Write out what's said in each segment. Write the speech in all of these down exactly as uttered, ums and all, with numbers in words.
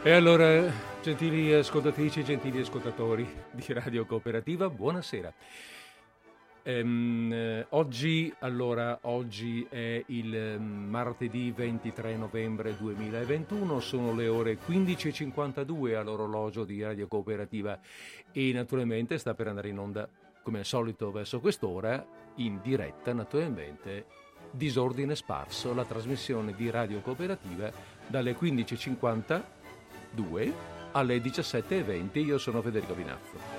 E allora, gentili ascoltatrici, gentili ascoltatori di Radio Cooperativa, buonasera. Ehm, eh, oggi, allora, oggi è il eh, martedì ventitré novembre duemilaventuno, sono le ore quindici e cinquantadue all'orologio di Radio Cooperativa e naturalmente sta per andare in onda, come al solito, verso quest'ora, in diretta, naturalmente, Disordine Sparso, la trasmissione di Radio Cooperativa dalle quindici e cinquantadue alle diciassette e venti. Io sono Federico Vinazzo.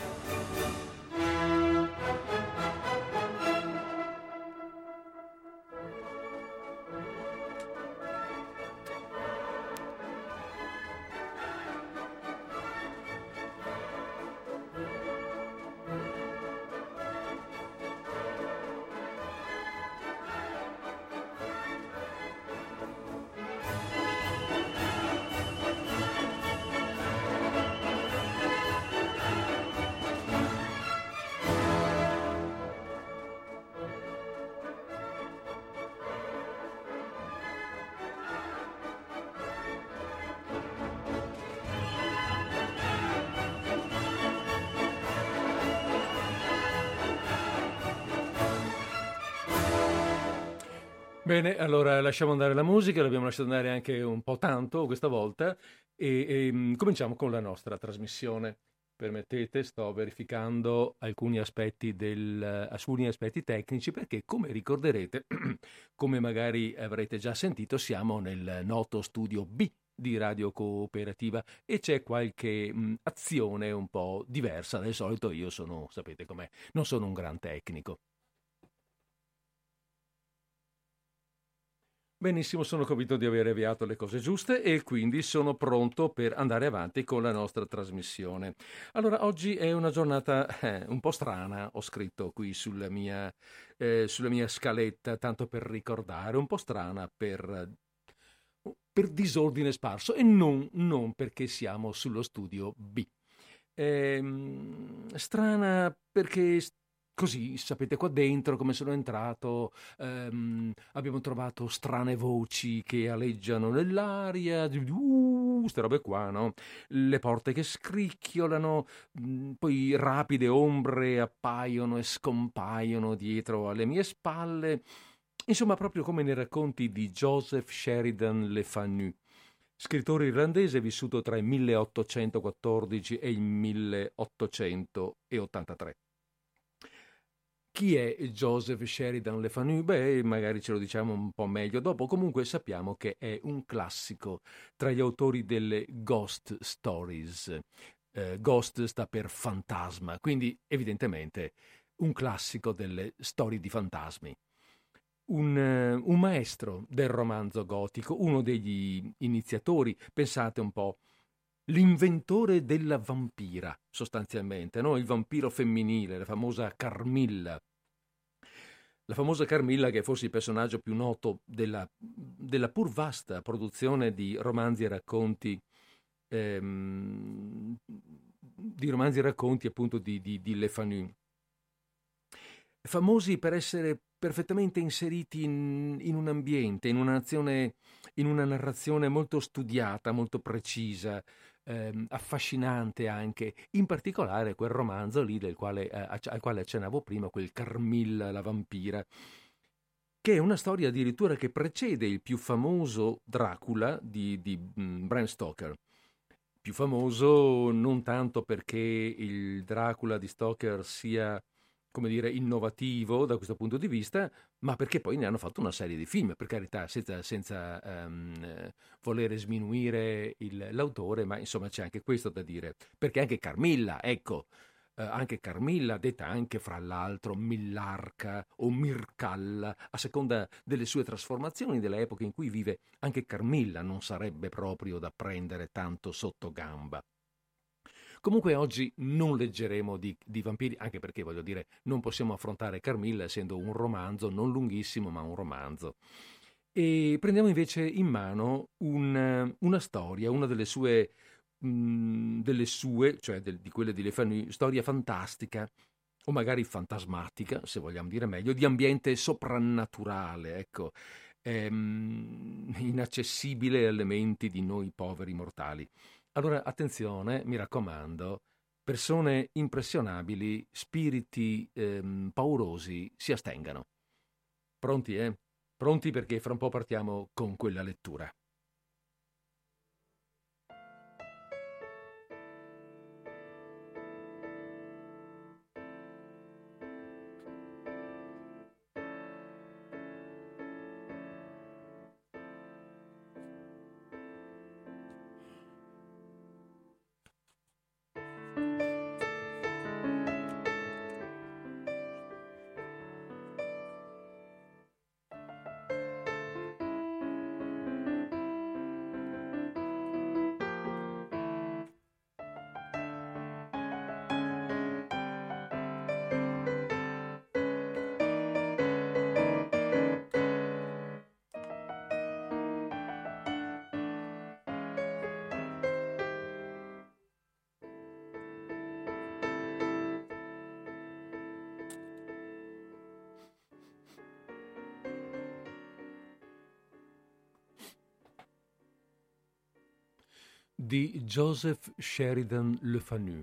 Bene, allora lasciamo andare la musica, l'abbiamo lasciato andare anche un po' tanto questa volta e, e cominciamo con la nostra trasmissione. Permettete, sto verificando alcuni aspetti, del, alcuni aspetti tecnici perché, come ricorderete, come magari avrete già sentito, siamo nel noto studio B di Radio Cooperativa e c'è qualche mh, azione un po' diversa dal solito. Io sono, sapete com'è, non sono un gran tecnico. Benissimo, sono convinto di aver avviato le cose giuste e quindi sono pronto per andare avanti con la nostra trasmissione. Allora, oggi è una giornata eh, un po' strana, ho scritto qui sulla mia, eh, sulla mia scaletta, tanto per ricordare, un po' strana per, per disordine sparso e non, non perché siamo sullo studio B. Ehm, strana perché così, sapete, qua dentro come sono entrato, ehm, abbiamo trovato strane voci che aleggiano nell'aria, uh, queste robe qua, no? Le porte che scricchiolano, mh, poi rapide ombre appaiono e scompaiono dietro alle mie spalle. Insomma, proprio come nei racconti di Joseph Sheridan Le Fanu, scrittore irlandese vissuto tra il milleottocentoquattordici e il milleottocentottantatré. Chi è Joseph Sheridan Le Fanu? Beh, magari ce lo diciamo un po' meglio dopo. Comunque sappiamo che è un classico tra gli autori delle ghost stories. Eh, ghost sta per fantasma, quindi evidentemente un classico delle storie di fantasmi. Un, eh, un maestro del romanzo gotico, uno degli iniziatori, pensate un po', l'inventore della vampira, sostanzialmente, no? Il vampiro femminile, la famosa Carmilla. La famosa Carmilla, che è forse il personaggio più noto della, della pur vasta produzione di romanzi e racconti, ehm, di romanzi e racconti appunto di, di, di Le Fanu. Famosi per essere perfettamente inseriti in, in un ambiente, in un'azione, in una narrazione molto studiata, molto precisa, ehm, affascinante anche, in particolare quel romanzo lì del quale, eh, al quale accennavo prima, quel Carmilla la vampira, che è una storia addirittura che precede il più famoso Dracula di, di mm, Bram Stoker. Più famoso non tanto perché il Dracula di Stoker sia, come dire, innovativo da questo punto di vista, ma perché poi ne hanno fatto una serie di film, per carità, senza, senza um, volere sminuire il, l'autore, ma insomma c'è anche questo da dire, perché anche Carmilla, ecco, eh, anche Carmilla, detta anche fra l'altro Millarca o Mircalla, a seconda delle sue trasformazioni, delle epoche in cui vive, anche Carmilla non sarebbe proprio da prendere tanto sotto gamba. Comunque oggi non leggeremo di, di vampiri, anche perché, voglio dire, non possiamo affrontare Carmilla essendo un romanzo, non lunghissimo, ma un romanzo. E prendiamo invece in mano un, una storia, una delle sue, mh, delle sue, cioè del, di quelle di Le Fanu, storia fantastica, o magari fantasmatica, se vogliamo dire meglio, di ambiente soprannaturale, ecco. è mm, inaccessibile alle menti di noi poveri mortali. Allora, attenzione, mi raccomando, persone impressionabili, spiriti ehm, paurosi, si astengano. Pronti, eh? Pronti perché fra un po' partiamo con quella lettura. Di Joseph Sheridan Le Fanu.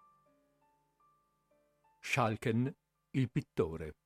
Schalken, il pittore.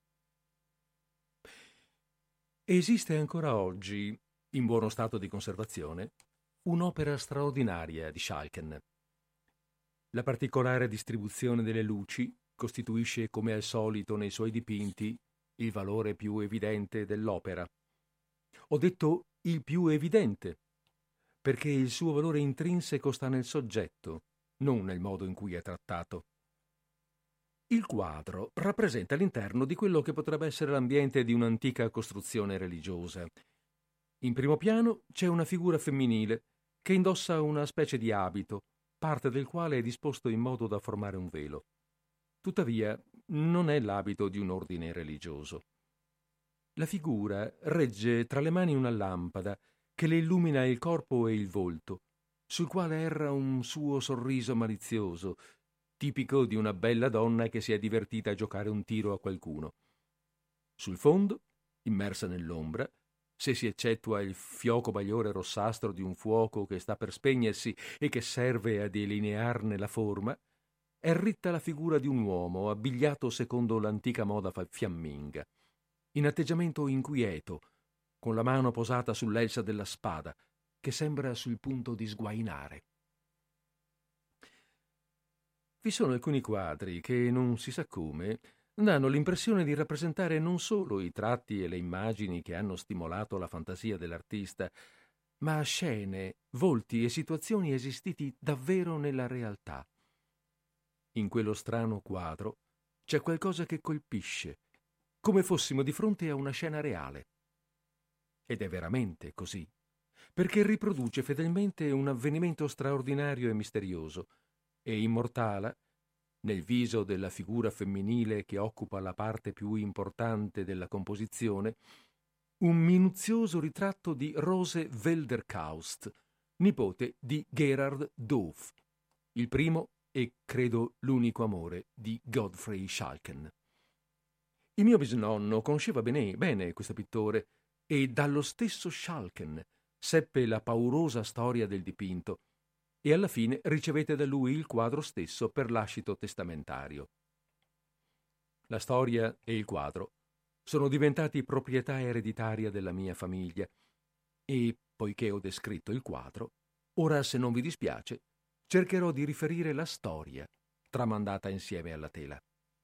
Esiste ancora oggi, in buono stato di conservazione, un'opera straordinaria di Schalken. La particolare distribuzione delle luci costituisce, come al solito nei suoi dipinti, il valore più evidente dell'opera. Ho detto il più evidente, perché il suo valore intrinseco sta nel soggetto, non nel modo in cui è trattato. Il quadro rappresenta l'interno di quello che potrebbe essere l'ambiente di un'antica costruzione religiosa. In primo piano c'è una figura femminile che indossa una specie di abito, parte del quale è disposto in modo da formare un velo. Tuttavia, non è l'abito di un ordine religioso. La figura regge tra le mani una lampada che le illumina il corpo e il volto, sul quale erra un suo sorriso malizioso, tipico di una bella donna che si è divertita a giocare un tiro a qualcuno. Sul fondo, immersa nell'ombra, se si eccettua il fioco bagliore rossastro di un fuoco che sta per spegnersi e che serve a delinearne la forma, è ritta la figura di un uomo abbigliato secondo l'antica moda fiamminga, in atteggiamento inquieto, con la mano posata sull'elsa della spada, che sembra sul punto di sguainare. Vi sono alcuni quadri che, non si sa come, danno l'impressione di rappresentare non solo i tratti e le immagini che hanno stimolato la fantasia dell'artista, ma scene, volti e situazioni esistiti davvero nella realtà. In quello strano quadro c'è qualcosa che colpisce, come fossimo di fronte a una scena reale. Ed è veramente così, perché riproduce fedelmente un avvenimento straordinario e misterioso, e immortala, nel viso della figura femminile che occupa la parte più importante della composizione, un minuzioso ritratto di Rose Welderkaust, nipote di Gerhard Doof, il primo e credo l'unico amore di Godfrey Schalken. Il mio bisnonno conosceva bene, bene questo pittore e dallo stesso Schalken seppe la paurosa storia del dipinto e alla fine ricevette da lui il quadro stesso per lascito testamentario. La storia e il quadro sono diventati proprietà ereditaria della mia famiglia e, poiché ho descritto il quadro, ora, se non vi dispiace, cercherò di riferire la storia tramandata insieme alla tela.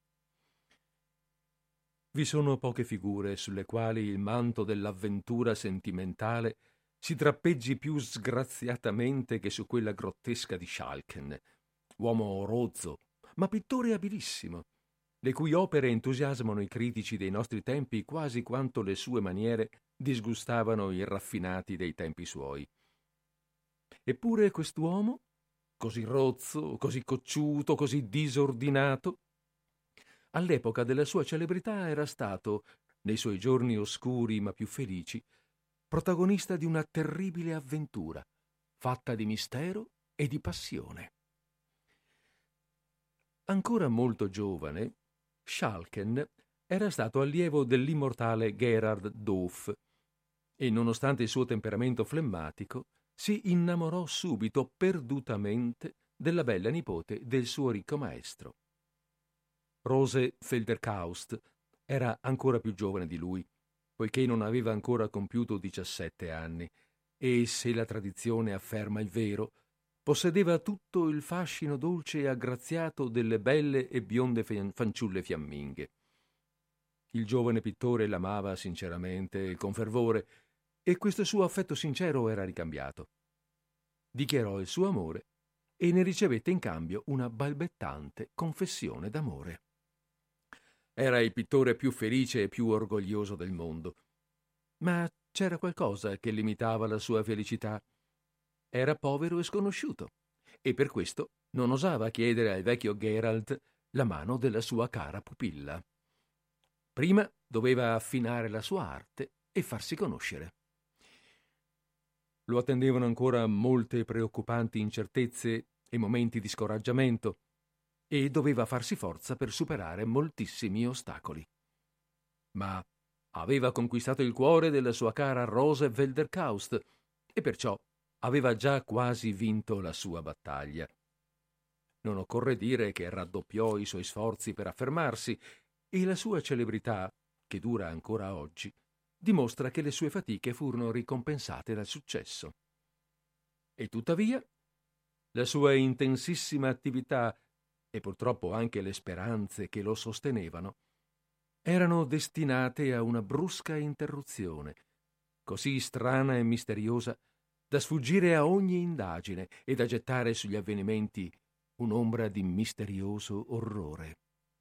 Vi sono poche figure sulle quali il manto dell'avventura sentimentale si trappeggi più sgraziatamente che su quella grottesca di Schalken, uomo rozzo, ma pittore abilissimo, le cui opere entusiasmano i critici dei nostri tempi quasi quanto le sue maniere disgustavano i raffinati dei tempi suoi. Eppure quest'uomo, così rozzo, così cocciuto, così disordinato, all'epoca della sua celebrità era stato, nei suoi giorni oscuri ma più felici, protagonista di una terribile avventura, fatta di mistero e di passione. Ancora molto giovane, Schalken era stato allievo dell'immortale Gerhard Doof, e, nonostante il suo temperamento flemmatico, si innamorò subito perdutamente della bella nipote del suo ricco maestro. Rose Felderkaust era ancora più giovane di lui, poiché non aveva ancora compiuto diciassette anni, e, se la tradizione afferma il vero, possedeva tutto il fascino dolce e aggraziato delle belle e bionde fanciulle fiamminghe. Il giovane pittore l'amava sinceramente e con fervore, e questo suo affetto sincero era ricambiato. Dichiarò il suo amore e ne ricevette in cambio una balbettante confessione d'amore. Era il pittore più felice e più orgoglioso del mondo, ma c'era qualcosa che limitava la sua felicità. Era povero e sconosciuto, e per questo non osava chiedere al vecchio Geralt la mano della sua cara pupilla. Prima doveva affinare la sua arte e farsi conoscere. Lo attendevano ancora molte preoccupanti incertezze e momenti di scoraggiamento, e doveva farsi forza per superare moltissimi ostacoli. Ma aveva conquistato il cuore della sua cara Rose Felderkaust e perciò aveva già quasi vinto la sua battaglia. Non occorre dire che raddoppiò i suoi sforzi per affermarsi, e la sua celebrità, che dura ancora oggi, dimostra che le sue fatiche furono ricompensate dal successo. E tuttavia, la sua intensissima attività e purtroppo anche le speranze che lo sostenevano erano destinate a una brusca interruzione, così strana e misteriosa da sfuggire a ogni indagine e da gettare sugli avvenimenti un'ombra di misterioso orrore.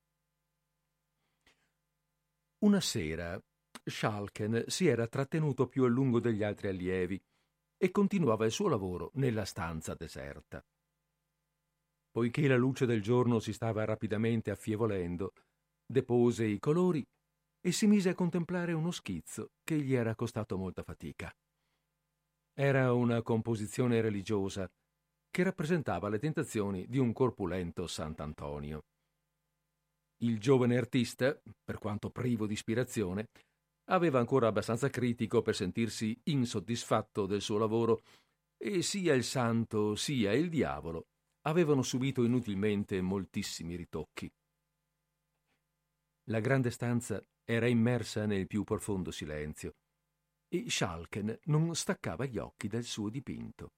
Una sera Schalken si era trattenuto più a lungo degli altri allievi e continuava il suo lavoro nella stanza deserta. Poiché la luce del giorno si stava rapidamente affievolendo, depose i colori e si mise a contemplare uno schizzo che gli era costato molta fatica. Era una composizione religiosa che rappresentava le tentazioni di un corpulento Sant'Antonio. Il giovane artista, per quanto privo di ispirazione, aveva ancora abbastanza critico per sentirsi insoddisfatto del suo lavoro, e sia il santo sia il diavolo avevano subito inutilmente moltissimi ritocchi. La grande stanza era immersa nel più profondo silenzio e Schalken non staccava gli occhi dal suo dipinto.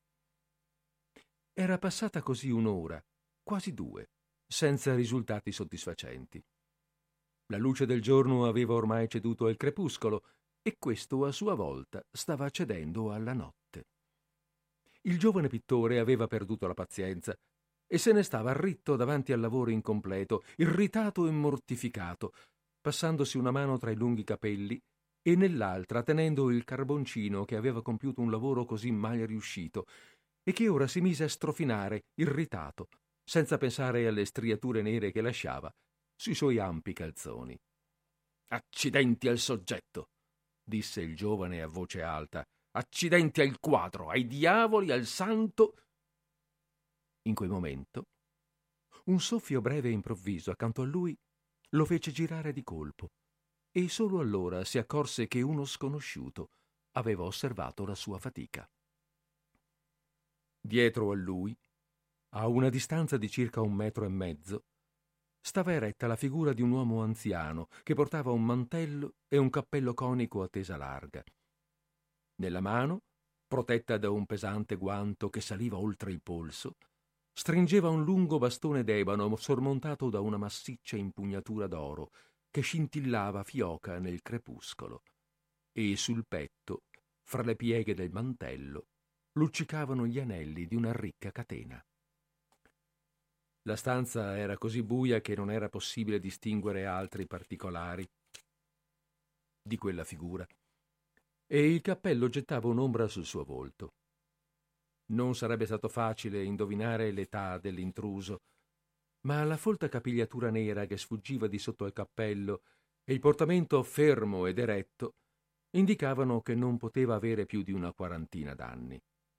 Era passata così un'ora, quasi due, senza risultati soddisfacenti. La luce del giorno aveva ormai ceduto al crepuscolo e questo a sua volta stava cedendo alla notte. Il giovane pittore aveva perduto la pazienza e se ne stava ritto davanti al lavoro incompleto, irritato e mortificato, passandosi una mano tra i lunghi capelli e nell'altra tenendo il carboncino che aveva compiuto un lavoro così mal riuscito e che ora si mise a strofinare, irritato, senza pensare alle striature nere che lasciava sui suoi ampi calzoni. «Accidenti al soggetto!» disse il giovane a voce alta. «Accidenti al quadro, ai diavoli, al santo!» In quel momento, un soffio breve e improvviso accanto a lui lo fece girare di colpo, e solo allora si accorse che uno sconosciuto aveva osservato la sua fatica. Dietro a lui, a una distanza di circa un metro e mezzo, stava eretta la figura di un uomo anziano che portava un mantello e un cappello conico a tesa larga. Nella mano, protetta da un pesante guanto che saliva oltre il polso, stringeva un lungo bastone d'ebano sormontato da una massiccia impugnatura d'oro che scintillava fioca nel crepuscolo, e sul petto, fra le pieghe del mantello, luccicavano gli anelli di una ricca catena. La stanza era così buia che non era possibile distinguere altri particolari di quella figura, e il cappello gettava un'ombra sul suo volto. Non sarebbe stato facile indovinare l'età dell'intruso, ma la folta capigliatura nera che sfuggiva di sotto al cappello e il portamento fermo ed eretto indicavano che non poteva avere più di una quarantina d'anni.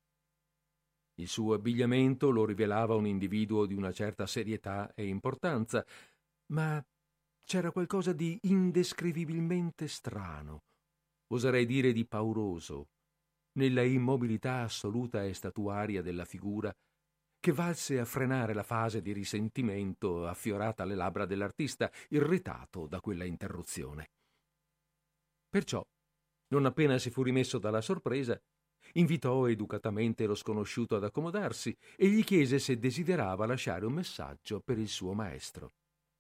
Il suo abbigliamento lo rivelava un individuo di una certa serietà e importanza, ma c'era qualcosa di indescrivibilmente strano, oserei dire di pauroso, nella immobilità assoluta e statuaria della figura, che valse a frenare la fase di risentimento affiorata alle labbra dell'artista, irritato da quella interruzione. Perciò, non appena si fu rimesso dalla sorpresa, invitò educatamente lo sconosciuto ad accomodarsi e gli chiese se desiderava lasciare un messaggio per il suo maestro.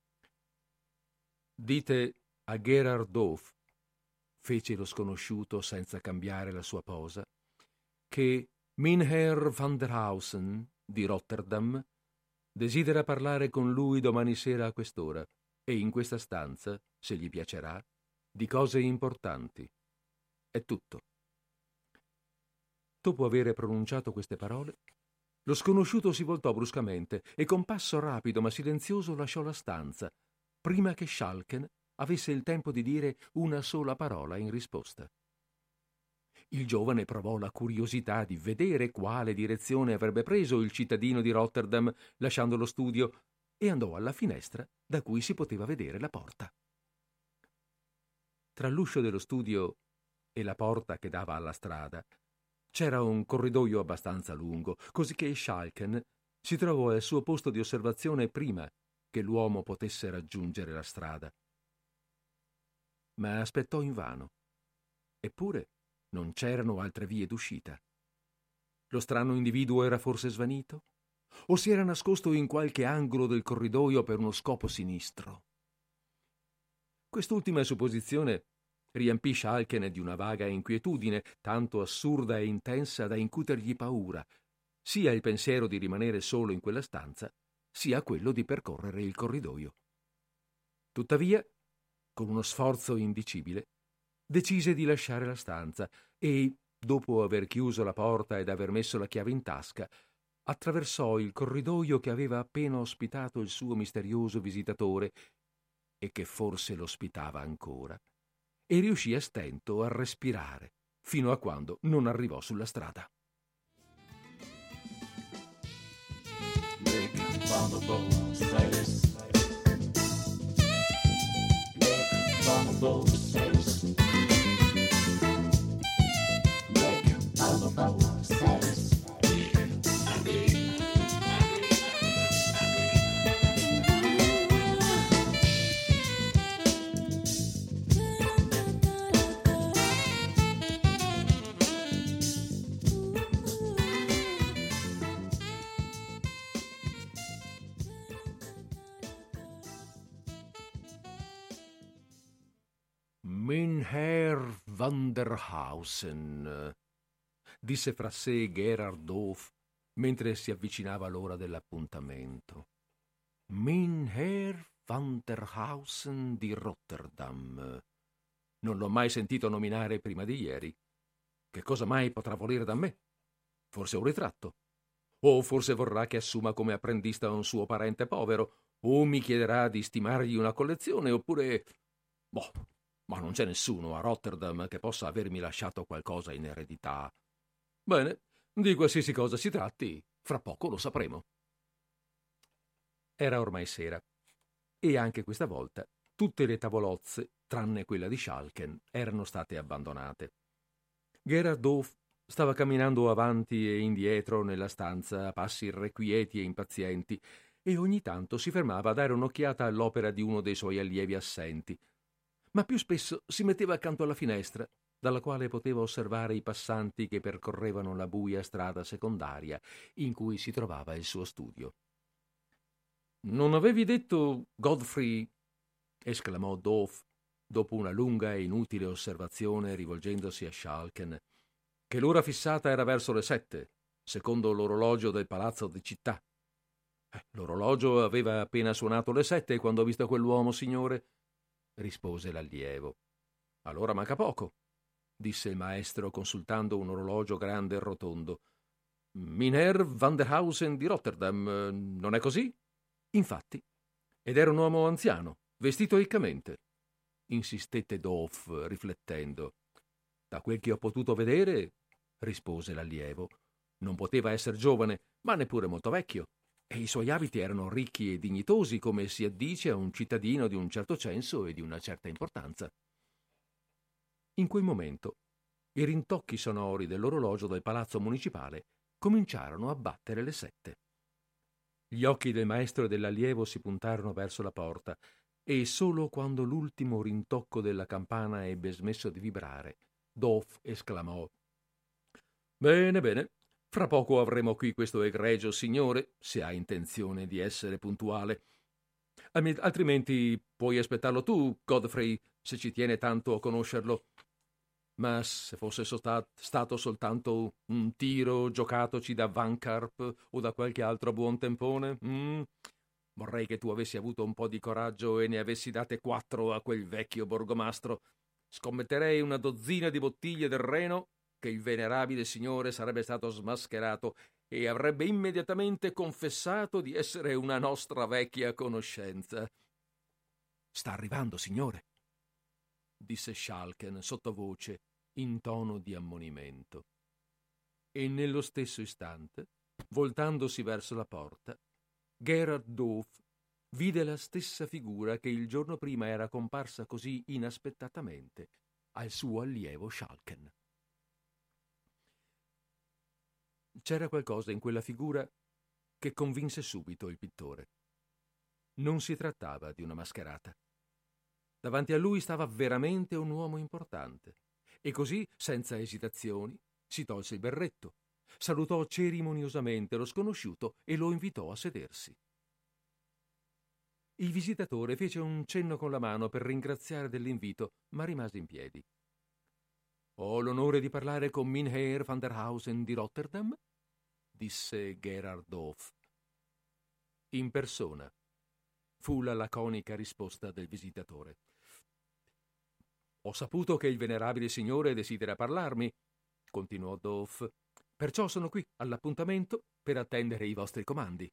«Dite a Gerard Dow», fece lo sconosciuto senza cambiare la sua posa, «che Mynheer van der Hausen di Rotterdam desidera parlare con lui domani sera a quest'ora e in questa stanza, se gli piacerà, di cose importanti. È tutto». Dopo avere pronunciato queste parole, lo sconosciuto si voltò bruscamente e con passo rapido ma silenzioso lasciò la stanza, prima che Schalken avesse il tempo di dire una sola parola in risposta. Il giovane provò la curiosità di vedere quale direzione avrebbe preso il cittadino di Rotterdam lasciando lo studio e andò alla finestra da cui si poteva vedere la porta. Tra l'uscio dello studio e la porta che dava alla strada c'era un corridoio abbastanza lungo, così che Schalken si trovò al suo posto di osservazione prima che l'uomo potesse raggiungere la strada. Ma aspettò invano. Eppure non c'erano altre vie d'uscita. Lo strano individuo era forse svanito? O si era nascosto in qualche angolo del corridoio per uno scopo sinistro? Quest'ultima supposizione riempì Schalken di una vaga inquietudine, tanto assurda e intensa da incutergli paura, sia il pensiero di rimanere solo in quella stanza, sia quello di percorrere il corridoio. Tuttavia, con uno sforzo indicibile, decise di lasciare la stanza e, dopo aver chiuso la porta ed aver messo la chiave in tasca, attraversò il corridoio che aveva appena ospitato il suo misterioso visitatore e che forse l'ospitava ancora, e riuscì a stento a respirare fino a quando non arrivò sulla strada. Mynheer van der Hausen, disse fra sé Gerard Dow mentre si avvicinava l'ora dell'appuntamento. Mynheer van der Hausen di Rotterdam. Non l'ho mai sentito nominare prima di ieri. Che cosa mai potrà volere da me? Forse un ritratto? O forse vorrà che assuma come apprendista un suo parente povero? O mi chiederà di stimargli una collezione? Oppure... Boh, ma non c'è nessuno a Rotterdam che possa avermi lasciato qualcosa in eredità. Bene, di qualsiasi cosa si tratti, fra poco lo sapremo. Era ormai sera, e anche questa volta tutte le tavolozze, tranne quella di Schalken, erano state abbandonate. Gerard Dow stava camminando avanti e indietro nella stanza a passi irrequieti e impazienti, e ogni tanto si fermava a dare un'occhiata all'opera di uno dei suoi allievi assenti, ma più spesso si metteva accanto alla finestra, dalla quale poteva osservare i passanti che percorrevano la buia strada secondaria in cui si trovava il suo studio. «Non avevi detto, Godfrey», esclamò Dow, dopo una lunga e inutile osservazione rivolgendosi a Schalken, «che l'ora fissata era verso le sette, secondo l'orologio del palazzo di città». Eh, «L'orologio aveva appena suonato le sette quando ho visto quell'uomo, signore», rispose l'allievo. «Allora manca poco», disse il maestro consultando un orologio grande e rotondo. «Mynheer van der Hausen di Rotterdam, non è così?» «Infatti, ed era un uomo anziano, vestito riccamente», insistette Dow riflettendo. «Da quel che ho potuto vedere», rispose l'allievo, «non poteva essere giovane, ma neppure molto vecchio, e i suoi abiti erano ricchi e dignitosi, come si addice a un cittadino di un certo censo e di una certa importanza». In quel momento i rintocchi sonori dell'orologio del palazzo municipale cominciarono a battere le sette. Gli occhi del maestro e dell'allievo si puntarono verso la porta e solo quando l'ultimo rintocco della campana ebbe smesso di vibrare, Dolf esclamò: «Bene, bene, fra poco avremo qui questo egregio signore, se ha intenzione di essere puntuale. Altrimenti puoi aspettarlo tu, Godfrey, se ci tiene tanto a conoscerlo. Ma se fosse sota- stato soltanto un tiro giocatoci da Van Karp o da qualche altro buon tempone, mm, vorrei che tu avessi avuto un po' di coraggio e ne avessi date quattro a quel vecchio borgomastro. Scommetterei una dozzina di bottiglie del Reno che il venerabile signore sarebbe stato smascherato e avrebbe immediatamente confessato di essere una nostra vecchia conoscenza. Sta arrivando, signore, disse Schalken sottovoce in tono di ammonimento. E nello stesso istante, voltandosi verso la porta, Gerhard Dolf vide la stessa figura che il giorno prima era comparsa così inaspettatamente al suo allievo Schalken. C'era qualcosa in quella figura che convinse subito il pittore. Non si trattava di una mascherata. Davanti a lui stava veramente un uomo importante e così, senza esitazioni, si tolse il berretto, salutò cerimoniosamente lo sconosciuto e lo invitò a sedersi. Il visitatore fece un cenno con la mano per ringraziare dell'invito, ma rimase in piedi. «Ho l'onore di parlare con Mynheer van der Hausen di Rotterdam?» disse Gerhard Dolf. «In persona», fu la laconica risposta del visitatore. «Ho saputo che il venerabile signore desidera parlarmi», continuò Dolf, «perciò sono qui all'appuntamento per attendere i vostri comandi».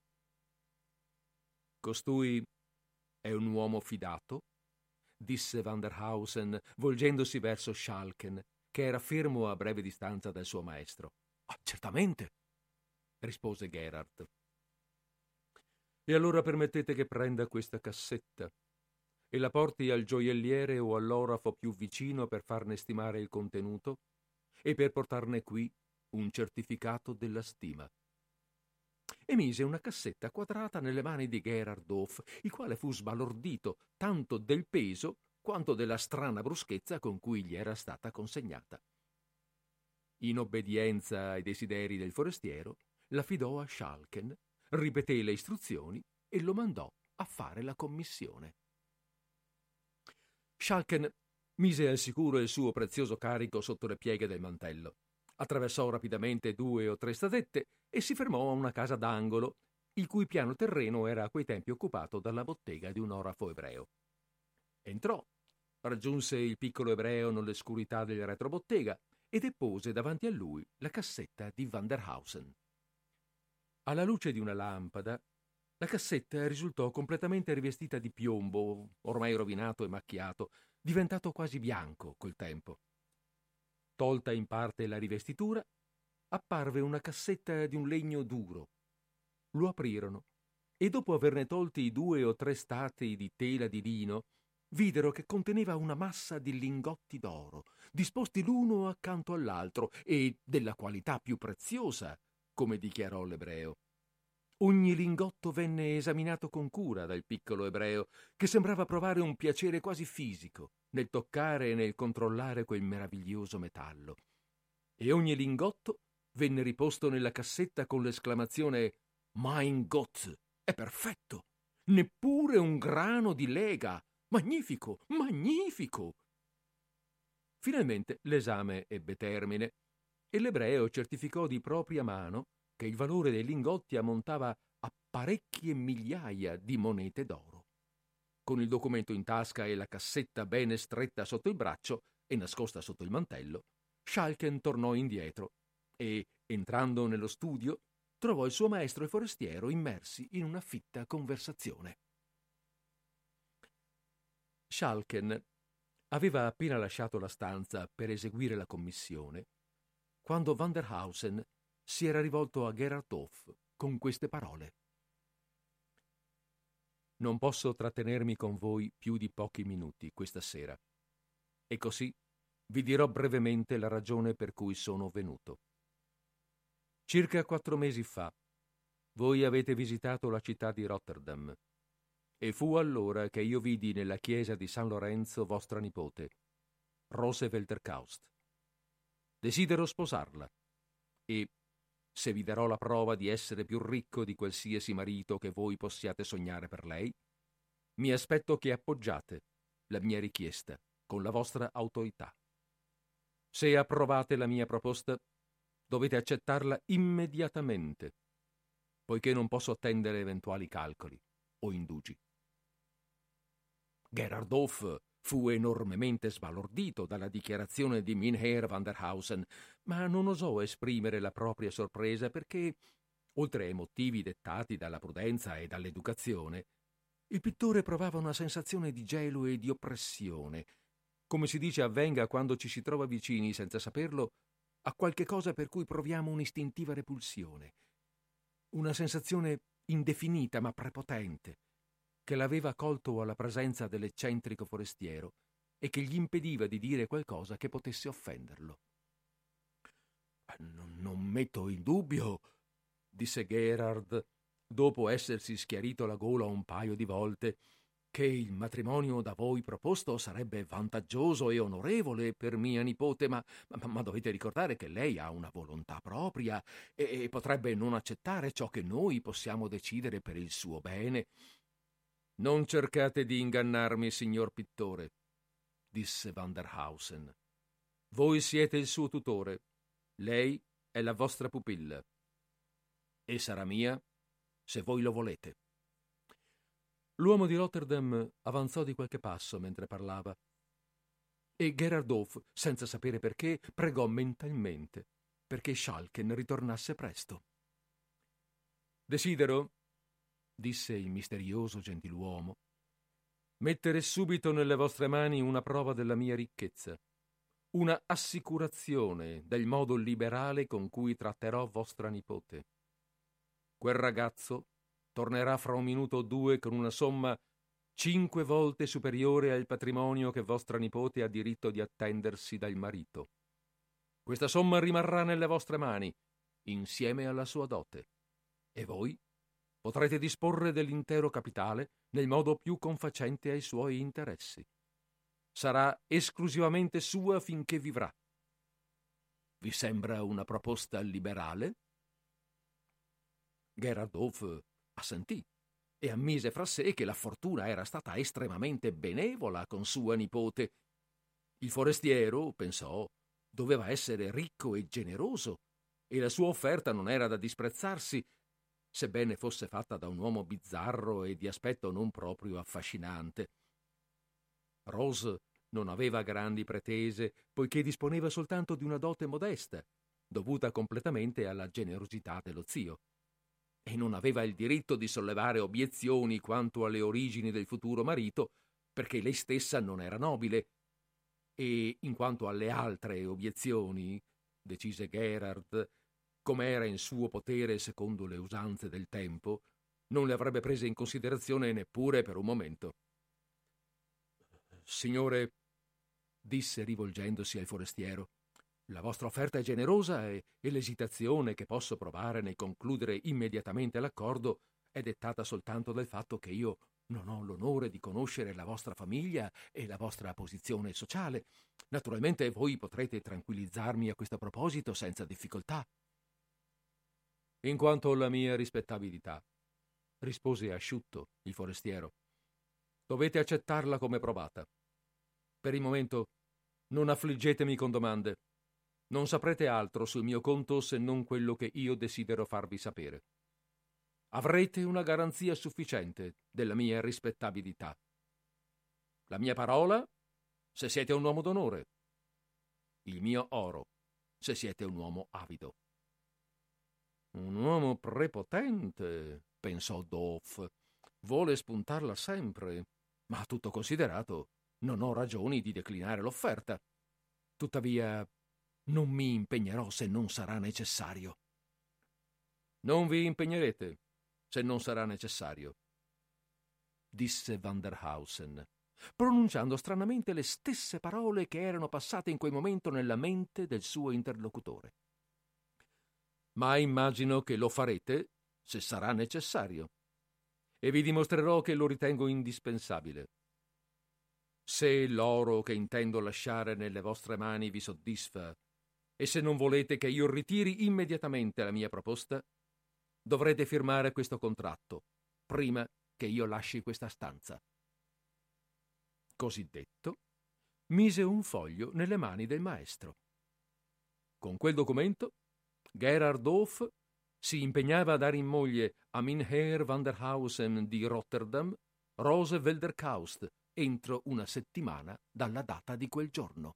«Costui è un uomo fidato?» disse Van der Hausen, volgendosi verso Schalken, che era fermo a breve distanza dal suo maestro. «Ah, certamente», rispose Gerhard. «E allora permettete che prenda questa cassetta e la porti al gioielliere o all'orafo più vicino per farne stimare il contenuto e per portarne qui un certificato della stima». E mise una cassetta quadrata nelle mani di Gerhard Dolf, il quale fu sbalordito tanto del peso quanto della strana bruschezza con cui gli era stata consegnata. In obbedienza ai desideri del forestiero, l'affidò a Schalken, ripeté le istruzioni e lo mandò a fare la commissione. Schalken mise al sicuro il suo prezioso carico sotto le pieghe del mantello, attraversò rapidamente due o tre stradette e si fermò a una casa d'angolo, il cui piano terreno era a quei tempi occupato dalla bottega di un orafo ebreo. Entrò, raggiunse il piccolo ebreo nell'oscurità del retrobottega e depose davanti a lui la cassetta di Van der Hausen. Alla luce di una lampada, la cassetta risultò completamente rivestita di piombo, ormai rovinato e macchiato, diventato quasi bianco col tempo. Tolta in parte la rivestitura, apparve una cassetta di un legno duro. Lo aprirono e dopo averne tolti i due o tre stati di tela di lino, videro che conteneva una massa di lingotti d'oro, disposti l'uno accanto all'altro e della qualità più preziosa, come dichiarò l'ebreo. Ogni lingotto venne esaminato con cura dal piccolo ebreo, che sembrava provare un piacere quasi fisico nel toccare e nel controllare quel meraviglioso metallo. E ogni lingotto venne riposto nella cassetta con l'esclamazione «Mein Gott, è perfetto! Neppure un grano di lega! Magnifico, magnifico!» Finalmente l'esame ebbe termine e l'ebreo certificò di propria mano che il valore dei lingotti ammontava a parecchie migliaia di monete d'oro. Con il documento in tasca e la cassetta bene stretta sotto il braccio e nascosta sotto il mantello, Schalken tornò indietro e, entrando nello studio, trovò il suo maestro e forestiero immersi in una fitta conversazione. Schalken aveva appena lasciato la stanza per eseguire la commissione quando Van der Hausen si era rivolto a Gerhard Dolf con queste parole. «Non posso trattenermi con voi più di pochi minuti questa sera, e così Vi dirò brevemente la ragione per cui sono venuto. Circa quattro mesi fa, voi avete visitato la città di Rotterdam, e fu allora che io vidi nella chiesa di San Lorenzo vostra nipote, Rose Welterkaust. Desidero sposarla, e, se vi darò la prova di essere più ricco di qualsiasi marito che voi possiate sognare per lei, mi aspetto che appoggiate la mia richiesta con la vostra autorità. Se approvate la mia proposta, dovete accettarla immediatamente, poiché non posso attendere eventuali calcoli o indugi. Gerhard Hoff fu enormemente sbalordito dalla dichiarazione di Mynheer van der Hausen, ma non osò esprimere la propria sorpresa perché, oltre ai motivi dettati dalla prudenza e dall'educazione, il pittore provava una sensazione di gelo e di oppressione, come si dice avvenga quando ci si trova vicini, senza saperlo, a qualche cosa per cui proviamo un'istintiva repulsione. Una sensazione indefinita ma prepotente, che l'aveva colto alla presenza dell'eccentrico forestiero e che gli impediva di dire qualcosa che potesse offenderlo. Non, non metto in dubbio, disse Gerhard, dopo essersi schiarito la gola un paio di volte, che il matrimonio da voi proposto sarebbe vantaggioso e onorevole per mia nipote, ma, ma, ma dovete ricordare che lei ha una volontà propria e, e potrebbe non accettare ciò che noi possiamo decidere per il suo bene. Non cercate di ingannarmi, signor pittore, disse van der Hausen. Voi siete il suo tutore, lei è la vostra pupilla, e sarà mia se voi lo volete. L'uomo di Rotterdam avanzò di qualche passo mentre parlava, e Gerhard Hoff, senza sapere perché, pregò mentalmente perché Schalken ritornasse presto. Desidero, disse il misterioso gentiluomo, mettere subito nelle vostre mani una prova della mia ricchezza, una assicurazione del modo liberale con cui tratterò vostra nipote. Quel ragazzo tornerà fra un minuto o due con una somma cinque volte superiore al patrimonio che vostra nipote ha diritto di attendersi dal marito. Questa somma rimarrà nelle vostre mani, insieme alla sua dote, e voi potrete disporre dell'intero capitale nel modo più confacente ai suoi interessi. Sarà esclusivamente sua finché vivrà. Vi sembra una proposta liberale? Gerhard Hoff assentì e ammise fra sé che la fortuna era stata estremamente benevola con sua nipote. Il forestiero, pensò, doveva essere ricco e generoso, e la sua offerta non era da disprezzarsi, sebbene fosse fatta da un uomo bizzarro e di aspetto non proprio affascinante. Rose non aveva grandi pretese, poiché disponeva soltanto di una dote modesta, dovuta completamente alla generosità dello zio, e non aveva il diritto di sollevare obiezioni quanto alle origini del futuro marito, perché lei stessa non era nobile, e in quanto alle altre obiezioni, decise Gerhard, come era in suo potere secondo le usanze del tempo, non le avrebbe prese in considerazione neppure per un momento. Signore, disse rivolgendosi al forestiero, la vostra offerta è generosa e, e l'esitazione che posso provare nel concludere immediatamente l'accordo è dettata soltanto dal fatto che io non ho l'onore di conoscere la vostra famiglia e la vostra posizione sociale. Naturalmente voi potrete tranquillizzarmi a questo proposito senza difficoltà. In quanto alla mia rispettabilità, rispose asciutto il forestiero, dovete accettarla come provata. Per il momento non affliggetemi con domande. Non saprete altro sul mio conto se non quello che io desidero farvi sapere. Avrete una garanzia sufficiente della mia rispettabilità. La mia parola, se siete un uomo d'onore. Il mio oro, se siete un uomo avido. Un uomo prepotente, pensò Hoff. Vuole spuntarla sempre, ma tutto considerato non ho ragioni di declinare l'offerta. Tuttavia non mi impegnerò se non sarà necessario. Non vi impegnerete se non sarà necessario, disse van der Hausen. pronunciando stranamente le stesse parole che erano passate in quel momento nella mente del suo interlocutore. Ma immagino che lo farete se sarà necessario, e vi dimostrerò che lo ritengo indispensabile. Se l'oro che intendo lasciare nelle vostre mani vi soddisfa, e se non volete che io ritiri immediatamente la mia proposta, dovrete firmare questo contratto prima che io lasci questa stanza. Così detto, mise un foglio nelle mani del maestro. Con quel documento, Gerhard Hof si impegnava a dare in moglie a Mynheer van der Hausen di Rotterdam Rose Welderkaust entro una settimana dalla data di quel giorno.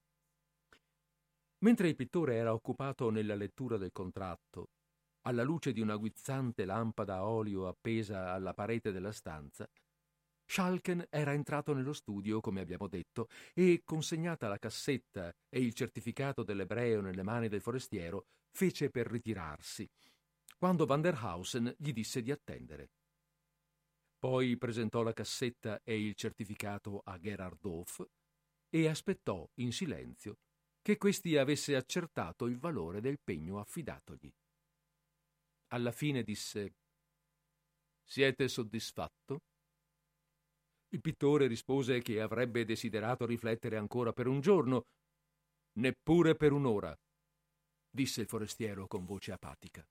Mentre il pittore era occupato nella lettura del contratto, alla luce di una guizzante lampada a olio appesa alla parete della stanza, Schalken era entrato nello studio, come abbiamo detto, e, consegnata la cassetta e il certificato dell'ebreo nelle mani del forestiero, fece per ritirarsi, quando Van der Hausen gli disse di attendere. Poi presentò la cassetta e il certificato a Gerhard Hof e aspettò in silenzio che questi avesse accertato il valore del pegno affidatogli. Alla fine disse: «Siete soddisfatto?» Il pittore rispose che avrebbe desiderato riflettere ancora per un giorno. «Neppure per un'ora», disse il forestiero con voce apatica.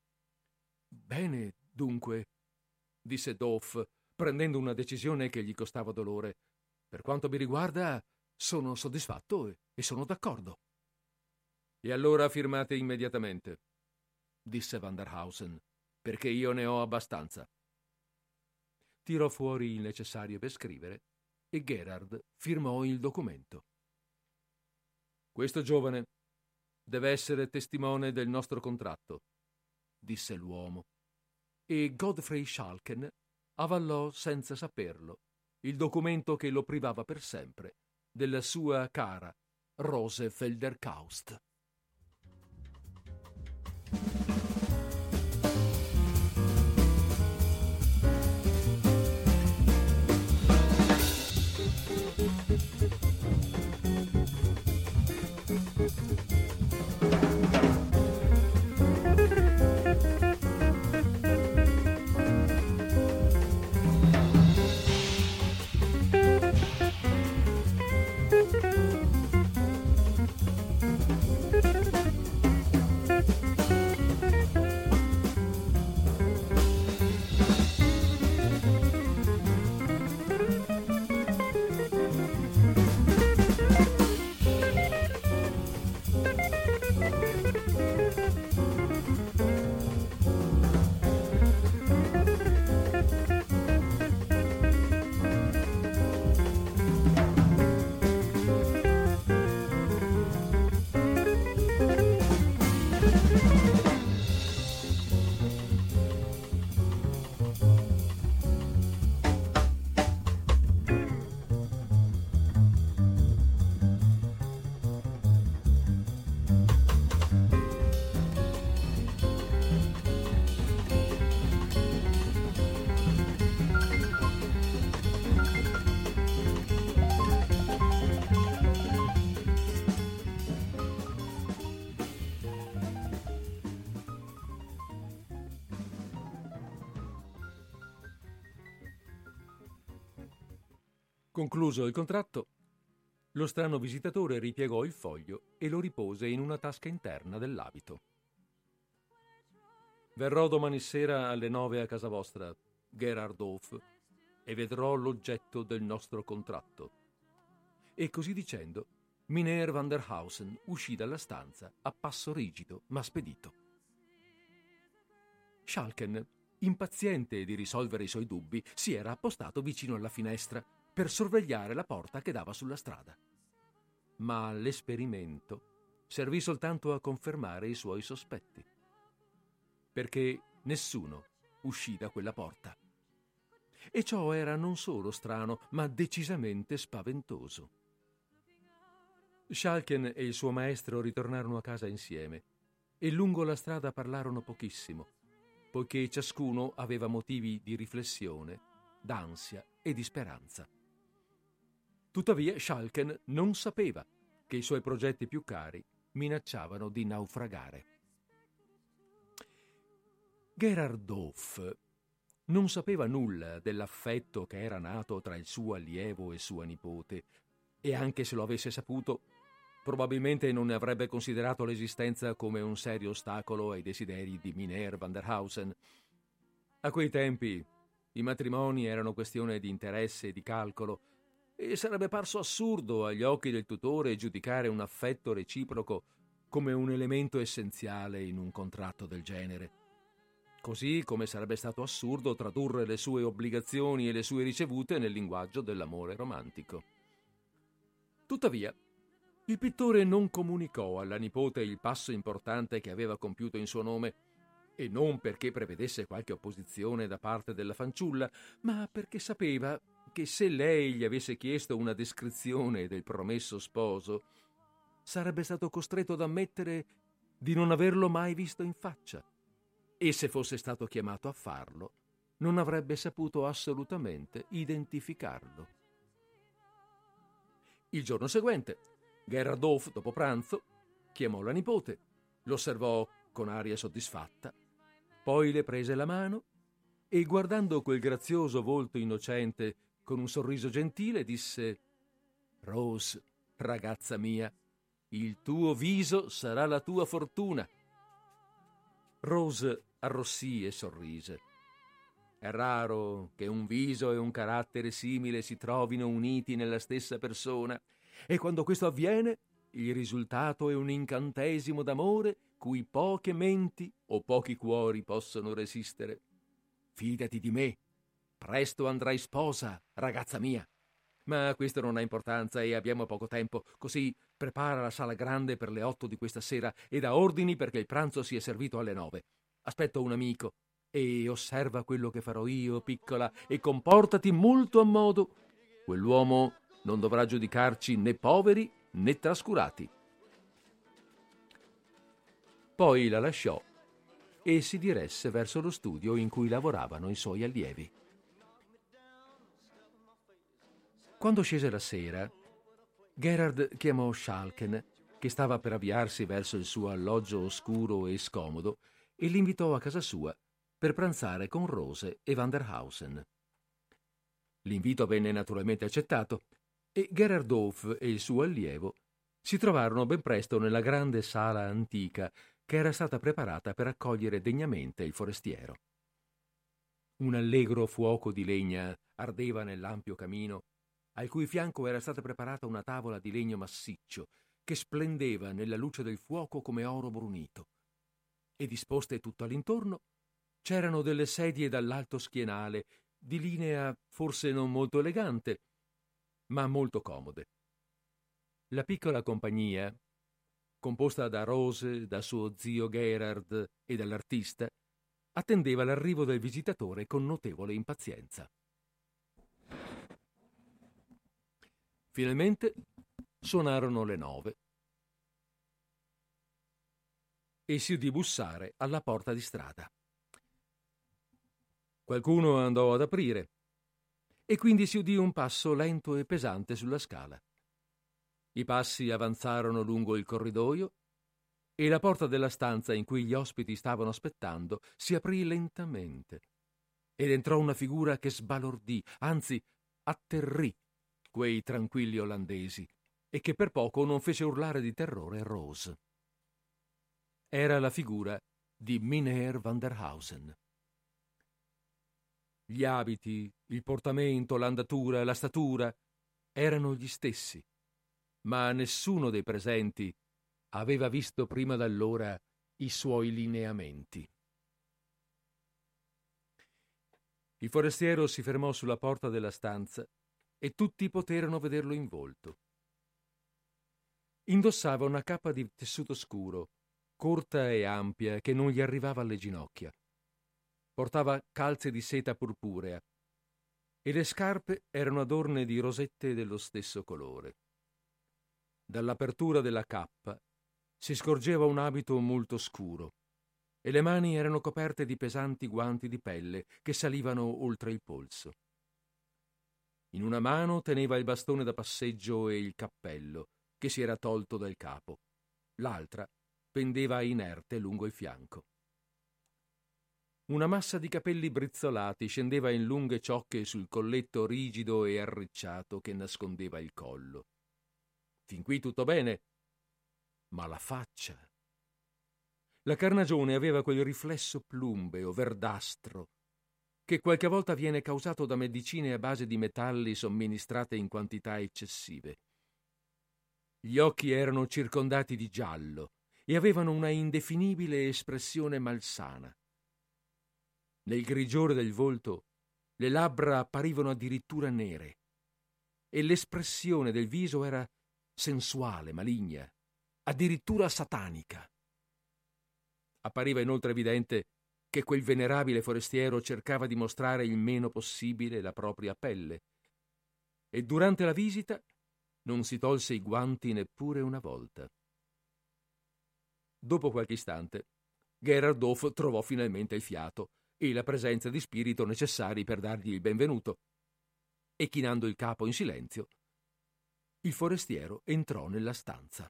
«Bene, dunque», disse Hof, prendendo una decisione che gli costava dolore. «Per quanto mi riguarda, sono soddisfatto e, e sono d'accordo». «E allora firmate immediatamente», disse Van der Hausen, «perché io ne ho abbastanza». Tirò fuori il necessario per scrivere e Gerhard firmò il documento. «Questo giovane deve essere testimone del nostro contratto», disse l'uomo, e Godfrey Schalken avallò senza saperlo il documento che lo privava per sempre della sua cara Rose Welderkaust. Concluso il contratto, lo strano visitatore ripiegò il foglio e lo ripose in una tasca interna dell'abito. «Verrò domani sera alle nove a casa vostra, Gerhard Hof, e vedrò l'oggetto del nostro contratto». E così dicendo, Mynheer van der Hausen uscì dalla stanza a passo rigido ma spedito. Schalken, impaziente di risolvere i suoi dubbi, si era appostato vicino alla finestra per sorvegliare la porta che dava sulla strada. Ma l'esperimento servì soltanto a confermare i suoi sospetti, perché nessuno uscì da quella porta. E ciò era non solo strano, ma decisamente spaventoso. Schalken e il suo maestro ritornarono a casa insieme e lungo la strada parlarono pochissimo, poiché ciascuno aveva motivi di riflessione, d'ansia e di speranza. Tuttavia Schalken non sapeva che i suoi progetti più cari minacciavano di naufragare. Gerhard Doff non sapeva nulla dell'affetto che era nato tra il suo allievo e sua nipote, e anche se lo avesse saputo, probabilmente non ne avrebbe considerato l'esistenza come un serio ostacolo ai desideri di Mynheer van der Hausen. A quei tempi i matrimoni erano questione di interesse e di calcolo, e sarebbe parso assurdo agli occhi del tutore giudicare un affetto reciproco come un elemento essenziale in un contratto del genere. Così come sarebbe stato assurdo tradurre le sue obbligazioni e le sue ricevute nel linguaggio dell'amore romantico. Tuttavia, il pittore non comunicò alla nipote il passo importante che aveva compiuto in suo nome, e non perché prevedesse qualche opposizione da parte della fanciulla, ma perché sapeva che se lei gli avesse chiesto una descrizione del promesso sposo, sarebbe stato costretto ad ammettere di non averlo mai visto in faccia, e se fosse stato chiamato a farlo, non avrebbe saputo assolutamente identificarlo. Il giorno seguente, Gerhard Doff, dopo pranzo, chiamò la nipote, l'osservò con aria soddisfatta, poi le prese la mano e, guardando quel grazioso volto innocente con un sorriso gentile, disse: «Rose, ragazza mia, il tuo viso sarà la tua fortuna». Rose arrossì e sorrise. È raro che un viso e un carattere simile si trovino uniti nella stessa persona, e quando questo avviene, il risultato è un incantesimo d'amore cui poche menti o pochi cuori possono resistere. Fidati di me, presto andrai sposa, ragazza mia. Ma questo non ha importanza e abbiamo poco tempo, così prepara la sala grande per le otto di questa sera e dà ordini perché il pranzo sia servito alle nove. Aspetto un amico e osserva quello che farò io, piccola, e comportati molto a modo. Quell'uomo non dovrà giudicarci né poveri né trascurati. Poi la lasciò e si diresse verso lo studio in cui lavoravano i suoi allievi. Quando scese la sera, Gerhard chiamò Schalken, che stava per avviarsi verso il suo alloggio oscuro e scomodo, e l'invitò a casa sua per pranzare con Rose e van der Hausen. L'invito venne naturalmente accettato e Gerhard Doff e il suo allievo si trovarono ben presto nella grande sala antica che era stata preparata per accogliere degnamente il forestiero. Un allegro fuoco di legna ardeva nell'ampio camino, al cui fianco era stata preparata una tavola di legno massiccio che splendeva nella luce del fuoco come oro brunito, e disposte tutto all'intorno c'erano delle sedie dall'alto schienale di linea forse non molto elegante, ma molto comode. La piccola compagnia, composta da Rose, da suo zio Gerhard e dall'artista, attendeva l'arrivo del visitatore con notevole impazienza. Finalmente suonarono le nove e si udì bussare alla porta di strada. Qualcuno andò ad aprire e quindi si udì un passo lento e pesante sulla scala. I passi avanzarono lungo il corridoio e la porta della stanza in cui gli ospiti stavano aspettando si aprì lentamente ed entrò una figura che sbalordì, anzi atterrì quei tranquilli olandesi e che per poco non fece urlare di terrore Rose. Era la figura di Mynheer van der Hausen. Gli abiti, il portamento, l'andatura, la statura erano gli stessi, ma nessuno dei presenti aveva visto prima d'allora i suoi lineamenti. Il forestiero si fermò sulla porta della stanza e tutti poterono vederlo in volto. Indossava una cappa di tessuto scuro, corta e ampia, che non gli arrivava alle ginocchia. Portava calze di seta purpurea e le scarpe erano adorne di rosette dello stesso colore. Dall'apertura della cappa si scorgeva un abito molto scuro e le mani erano coperte di pesanti guanti di pelle che salivano oltre il polso. In una mano teneva il bastone da passeggio e il cappello, che si era tolto dal capo. L'altra pendeva inerte lungo il fianco. Una massa di capelli brizzolati scendeva in lunghe ciocche sul colletto rigido e arricciato che nascondeva il collo. Fin qui tutto bene, ma la faccia. La carnagione aveva quel riflesso plumbeo, verdastro, che qualche volta viene causato da medicine a base di metalli somministrate in quantità eccessive. Gli occhi erano circondati di giallo e avevano una indefinibile espressione malsana. Nel grigiore del volto le labbra apparivano addirittura nere e l'espressione del viso era sensuale, maligna, addirittura satanica. Appariva inoltre evidente che quel venerabile forestiero cercava di mostrare il meno possibile la propria pelle e durante la visita non si tolse i guanti neppure una volta. Dopo qualche istante, Gerard Doff trovò finalmente il fiato e la presenza di spirito necessari per dargli il benvenuto, e chinando il capo in silenzio, il forestiero entrò nella stanza.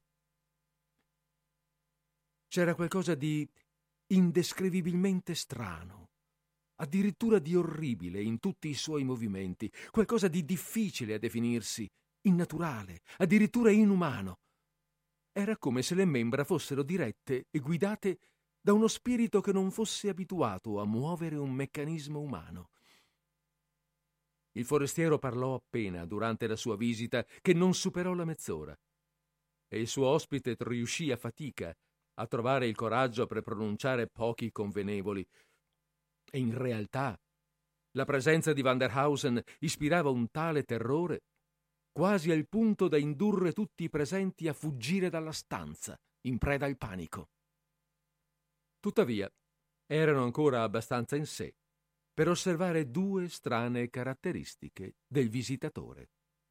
C'era qualcosa di indescrivibilmente strano, addirittura di orribile in tutti i suoi movimenti, qualcosa di difficile a definirsi, innaturale, addirittura inumano. Era come se le membra fossero dirette e guidate da uno spirito che non fosse abituato a muovere un meccanismo umano. Il forestiero parlò appena durante la sua visita, che non superò la mezz'ora, e il suo ospite riuscì a fatica a trovare il coraggio per pronunciare pochi convenevoli. E in realtà la presenza di Van der Hausen ispirava un tale terrore, quasi al punto da indurre tutti i presenti a fuggire dalla stanza, in preda al panico. Tuttavia, erano ancora abbastanza in sé per osservare due strane caratteristiche del visitatore.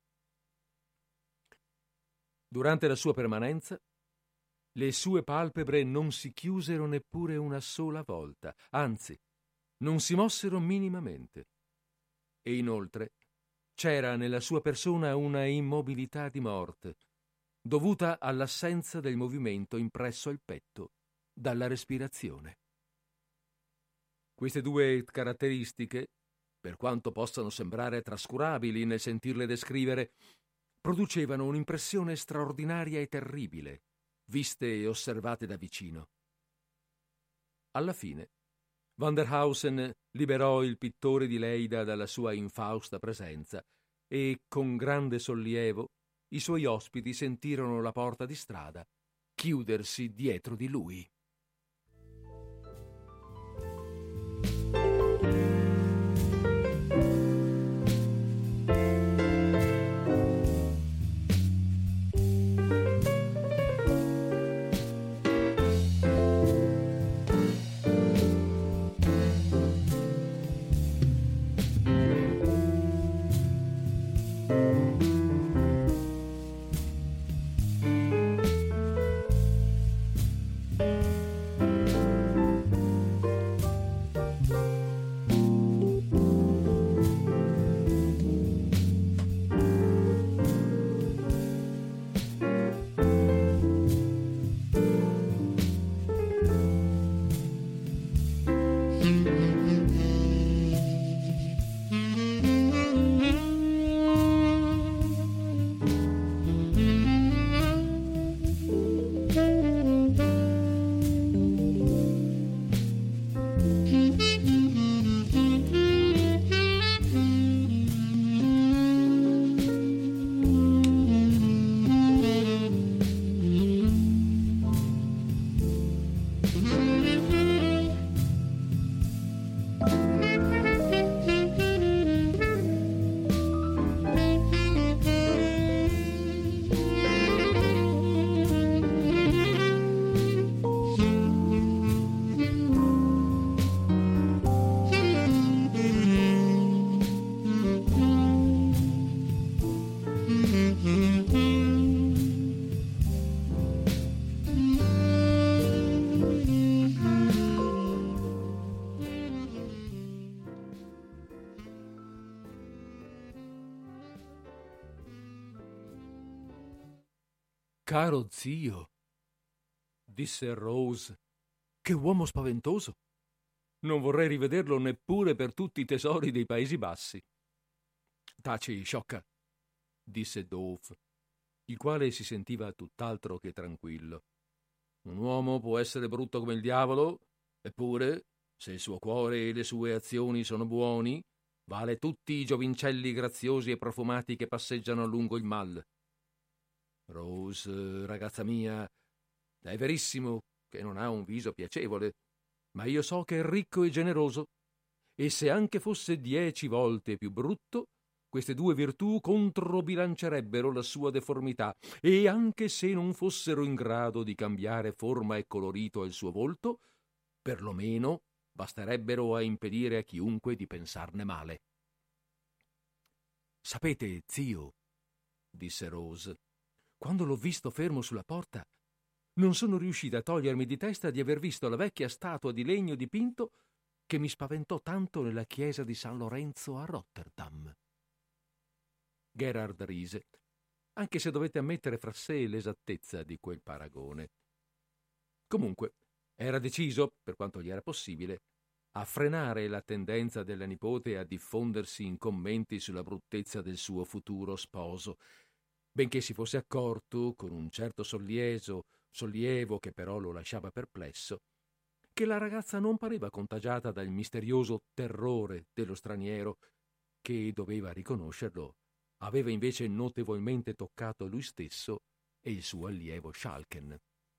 Durante la sua permanenza, le sue palpebre non si chiusero neppure una sola volta, anzi, non si mossero minimamente. E inoltre c'era nella sua persona una immobilità di morte, dovuta all'assenza del movimento impresso al petto dalla respirazione. Queste due caratteristiche, per quanto possano sembrare trascurabili nel sentirle descrivere, producevano un'impressione straordinaria e terribile, viste e osservate da vicino. Alla fine, Van der Hausen liberò il pittore di Leida dalla sua infausta presenza e, con grande sollievo, i suoi ospiti sentirono la porta di strada chiudersi dietro di lui. Caro zio, disse Rose, che uomo spaventoso. Non vorrei rivederlo neppure per tutti i tesori dei Paesi Bassi. Taci, sciocca, disse Dove, il quale si sentiva tutt'altro che tranquillo. Un uomo può essere brutto come il diavolo, eppure, se il suo cuore e le sue azioni sono buoni, vale tutti i giovincelli graziosi e profumati che passeggiano lungo il mal. Rose, ragazza mia, è verissimo che non ha un viso piacevole, ma io so che è ricco e generoso, e se anche fosse dieci volte più brutto, queste due virtù controbilancerebbero la sua deformità, e anche se non fossero in grado di cambiare forma e colorito al suo volto, perlomeno basterebbero a impedire a chiunque di pensarne male. Sapete, zio, disse Rose, quando l'ho visto fermo sulla porta, non sono riuscita a togliermi di testa di aver visto la vecchia statua di legno dipinto che mi spaventò tanto nella chiesa di San Lorenzo a Rotterdam. Gerhard rise, anche se dovette ammettere fra sé l'esattezza di quel paragone. Comunque, era deciso, per quanto gli era possibile, a frenare la tendenza della nipote a diffondersi in commenti sulla bruttezza del suo futuro sposo, benché si fosse accorto, con un certo sollievo, sollievo che però lo lasciava perplesso, che la ragazza non pareva contagiata dal misterioso terrore dello straniero, che, doveva riconoscerlo, aveva invece notevolmente toccato lui stesso e il suo allievo Schalken.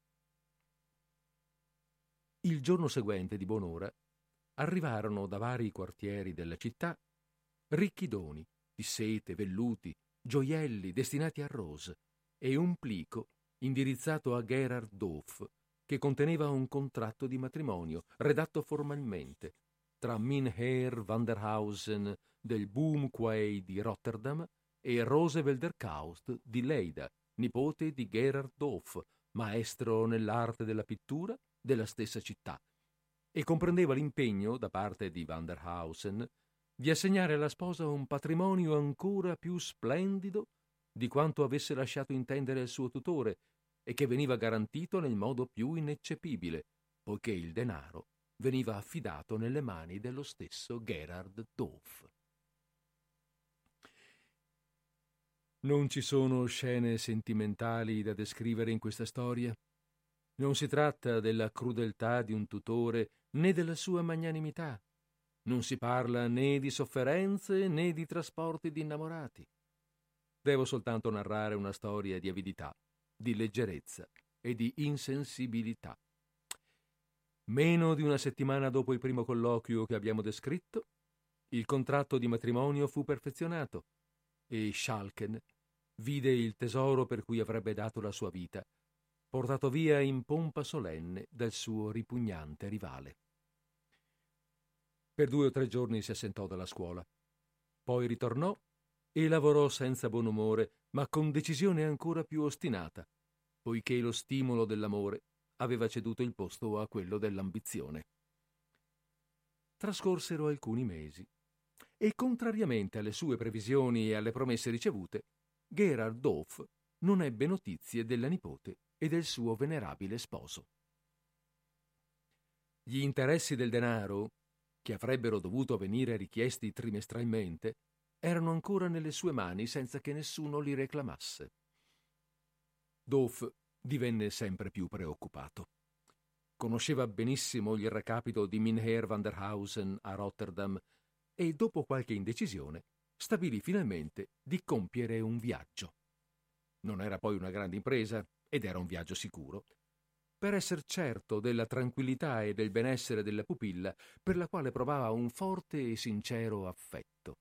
Il giorno seguente, di buon'ora, arrivarono da vari quartieri della città ricchi doni di sete, velluti, gioielli destinati a Rose e un plico indirizzato a Gerhard Dove, che conteneva un contratto di matrimonio redatto formalmente tra Mynheer van der Hausen del Boomquay di Rotterdam e Rose Welderkaust di Leida, nipote di Gerhard Dove, maestro nell'arte della pittura della stessa città, e comprendeva l'impegno da parte di van der Hausen di assegnare alla sposa un patrimonio ancora più splendido di quanto avesse lasciato intendere il suo tutore e che veniva garantito nel modo più ineccepibile, poiché il denaro veniva affidato nelle mani dello stesso Gerhard Dove. Non ci sono scene sentimentali da descrivere in questa storia. Non si tratta della crudeltà di un tutore né della sua magnanimità. Non si parla né di sofferenze né di trasporti di innamorati. Devo soltanto narrare una storia di avidità, di leggerezza e di insensibilità. Meno di una settimana dopo il primo colloquio che abbiamo descritto, il contratto di matrimonio fu perfezionato e Schalken vide il tesoro per cui avrebbe dato la sua vita portato via in pompa solenne dal suo ripugnante rivale. Per due o tre giorni si assentò dalla scuola. Poi ritornò e lavorò senza buon umore, ma con decisione ancora più ostinata, poiché lo stimolo dell'amore aveva ceduto il posto a quello dell'ambizione. Trascorsero alcuni mesi e, contrariamente alle sue previsioni e alle promesse ricevute, Gerhard Dove non ebbe notizie della nipote e del suo venerabile sposo. Gli interessi del denaro, che avrebbero dovuto venire richiesti trimestralmente, erano ancora nelle sue mani senza che nessuno li reclamasse. Dove divenne sempre più preoccupato. Conosceva benissimo il recapito di Mynheer van der Hausen a Rotterdam e, dopo qualche indecisione, stabilì finalmente di compiere un viaggio. Non era poi una grande impresa ed era un viaggio sicuro, per esser certo della tranquillità e del benessere della pupilla, per la quale provava un forte e sincero affetto.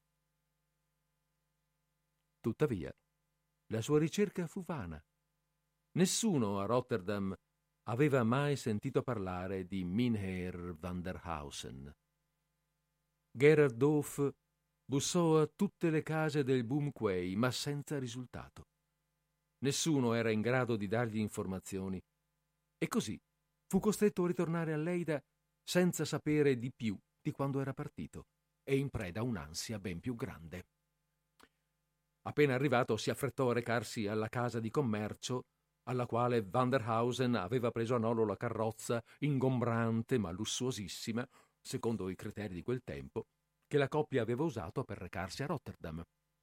Tuttavia, la sua ricerca fu vana. Nessuno a Rotterdam aveva mai sentito parlare di Mynheer van der Hausen. Gerhard Dove bussò a tutte le case del Boomquay, ma senza risultato. Nessuno era in grado di dargli informazioni e così fu costretto a ritornare a Leida senza sapere di più di quando era partito e in preda a un'ansia ben più grande. Appena arrivato si affrettò a recarsi alla casa di commercio alla quale Van der Hausen aveva preso a nolo la carrozza ingombrante ma lussuosissima, secondo i criteri di quel tempo, che la coppia aveva usato per recarsi a Rotterdam.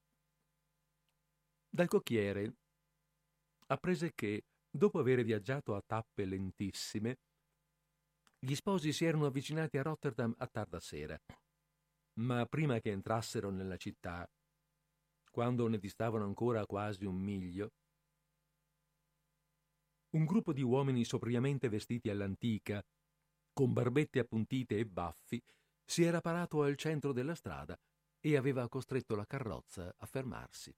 Dal cocchiere apprese che, dopo aver viaggiato a tappe lentissime, gli sposi si erano avvicinati a Rotterdam a tarda sera, ma prima che entrassero nella città, quando ne distavano ancora quasi un miglio, un gruppo di uomini sobriamente vestiti all'antica, con barbette appuntite e baffi, si era parato al centro della strada e aveva costretto la carrozza a fermarsi.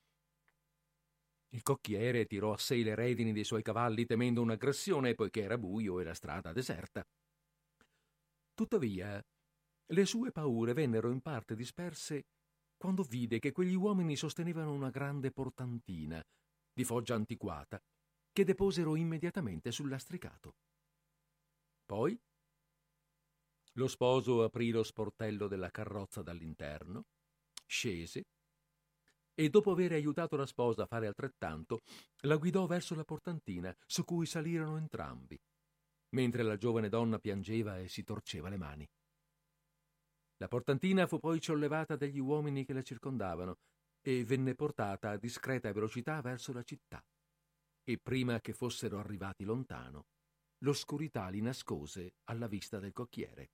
Il cocchiere tirò a sé le redini dei suoi cavalli temendo un'aggressione, poiché era buio e la strada deserta. Tuttavia, le sue paure vennero in parte disperse quando vide che quegli uomini sostenevano una grande portantina di foggia antiquata che deposero immediatamente sul lastricato. Poi lo sposo aprì lo sportello della carrozza dall'interno, scese e, dopo aver aiutato la sposa a fare altrettanto, la guidò verso la portantina su cui salirono entrambi, mentre la giovane donna piangeva e si torceva le mani. La portantina fu poi sollevata dagli uomini che la circondavano e venne portata a discreta velocità verso la città. E prima che fossero arrivati lontano, l'oscurità li nascose alla vista del cocchiere.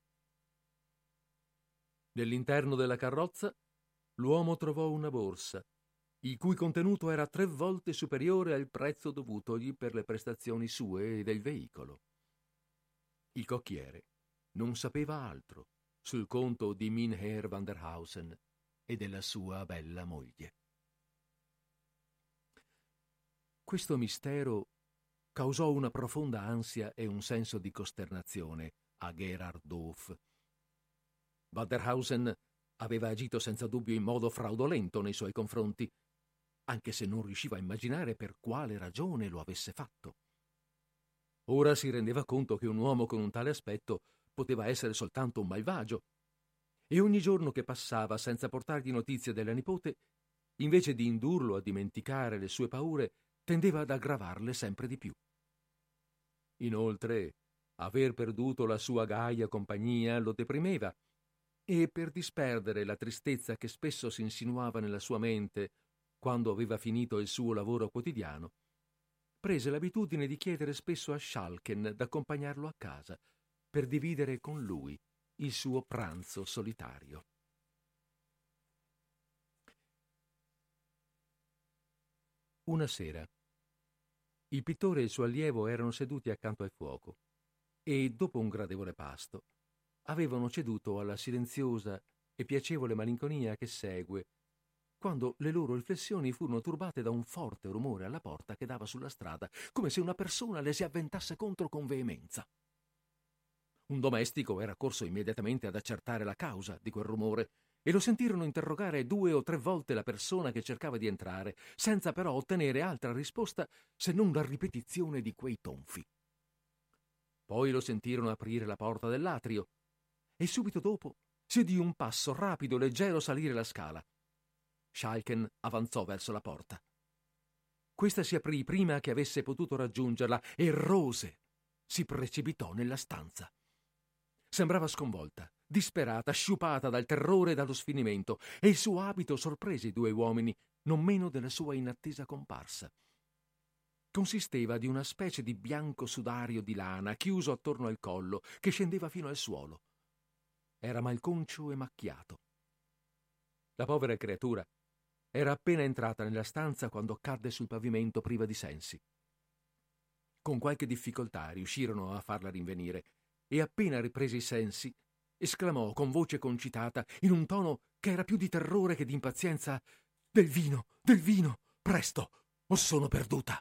Nell'interno della carrozza l'uomo trovò una borsa, il cui contenuto era tre volte superiore al prezzo dovutogli per le prestazioni sue e del veicolo. Il cocchiere non sapeva altro sul conto di Mynheer Van der Hausen e della sua bella moglie. Questo mistero causò una profonda ansia e un senso di costernazione a Gerhard Doof. Van der Hausen aveva agito senza dubbio in modo fraudolento nei suoi confronti, anche se non riusciva a immaginare per quale ragione lo avesse fatto. Ora si rendeva conto che un uomo con un tale aspetto poteva essere soltanto un malvagio, e ogni giorno che passava senza portargli notizie della nipote, invece di indurlo a dimenticare le sue paure, tendeva ad aggravarle sempre di più. Inoltre, aver perduto la sua gaia compagnia lo deprimeva, e per disperdere la tristezza che spesso si insinuava nella sua mente quando aveva finito il suo lavoro quotidiano, prese l'abitudine di chiedere spesso a Schalken d'accompagnarlo a casa per dividere con lui il suo pranzo solitario. Una sera, il pittore e il suo allievo erano seduti accanto al fuoco e, dopo un gradevole pasto, avevano ceduto alla silenziosa e piacevole malinconia che segue quando le loro riflessioni furono turbate da un forte rumore alla porta che dava sulla strada, come se una persona le si avventasse contro con veemenza. Un domestico era corso immediatamente ad accertare la causa di quel rumore e lo sentirono interrogare due o tre volte la persona che cercava di entrare, senza però ottenere altra risposta se non la ripetizione di quei tonfi. Poi lo sentirono aprire la porta dell'atrio e subito dopo si udì un passo rapido e leggero salire la scala. Schalken avanzò verso la porta. Questa si aprì prima che avesse potuto raggiungerla e Rose si precipitò nella stanza. Sembrava sconvolta, disperata, sciupata dal terrore e dallo sfinimento, e il suo abito sorprese i due uomini, non meno della sua inattesa comparsa. Consisteva di una specie di bianco sudario di lana chiuso attorno al collo, che scendeva fino al suolo. Era malconcio e macchiato. La povera creatura era appena entrata nella stanza quando cadde sul pavimento priva di sensi. Con qualche difficoltà riuscirono a farla rinvenire e, appena riprese i sensi, esclamò con voce concitata, in un tono che era più di terrore che di impazienza: «Del vino, del vino, presto, o sono perduta!»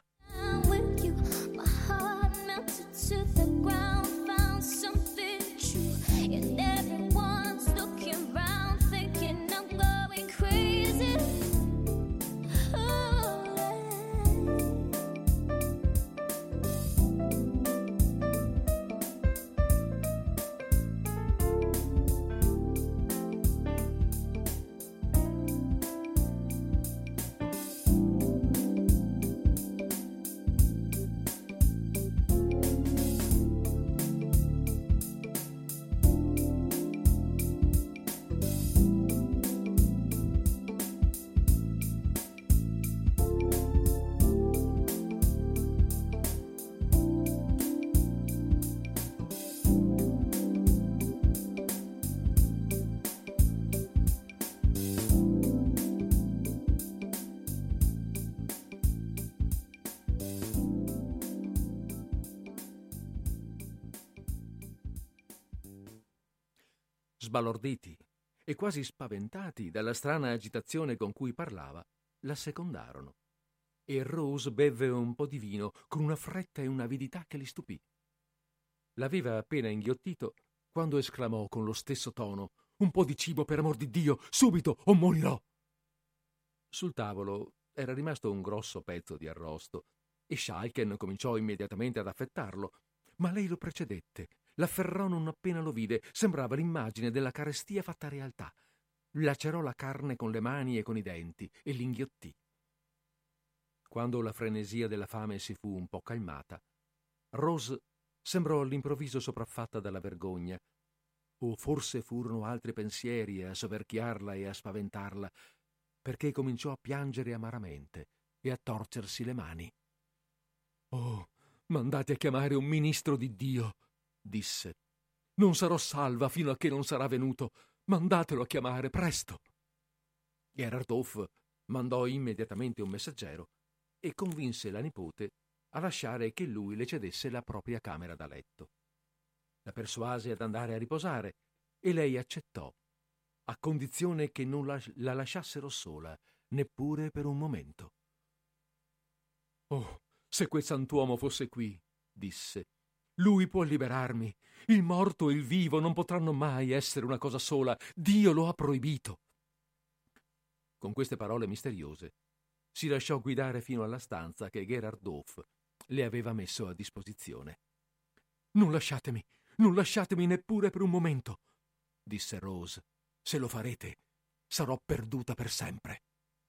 sbalorditi e quasi spaventati dalla strana agitazione con cui parlava, la secondarono. E Rose bevve un po' di vino con una fretta e un'avidità che li stupì. L'aveva appena inghiottito quando esclamò con lo stesso tono: «Un po' di cibo, per amor di Dio, subito, o morirò!» Sul tavolo era rimasto un grosso pezzo di arrosto e Schalken cominciò immediatamente ad affettarlo, ma lei lo precedette, l'afferrò non appena lo vide, sembrava l'immagine della carestia fatta realtà. Lacerò la carne con le mani e con i denti e l'inghiottì. Quando la frenesia della fame si fu un po' calmata, Rose sembrò all'improvviso sopraffatta dalla vergogna, o forse furono altri pensieri a soverchiarla e a spaventarla, perché cominciò a piangere amaramente e a torcersi le mani. «Oh, mandate a chiamare un ministro di Dio», disse. «Non sarò salva fino a che non sarà venuto. Mandatelo a chiamare, presto!» Gerhard Hoff mandò immediatamente un messaggero e convinse la nipote a lasciare che lui le cedesse la propria camera da letto. La persuase ad andare a riposare e lei accettò, a condizione che non la, la lasciassero sola, neppure per un momento. «Oh, se quel santuomo fosse qui», disse, «lui può liberarmi. Il morto e il vivo non potranno mai essere una cosa sola. Dio lo ha proibito». Con queste parole misteriose si lasciò guidare fino alla stanza che Gerhard Hoff le aveva messo a disposizione. «Non lasciatemi, non lasciatemi neppure per un momento», disse Rose. «Se lo farete, sarò perduta per sempre».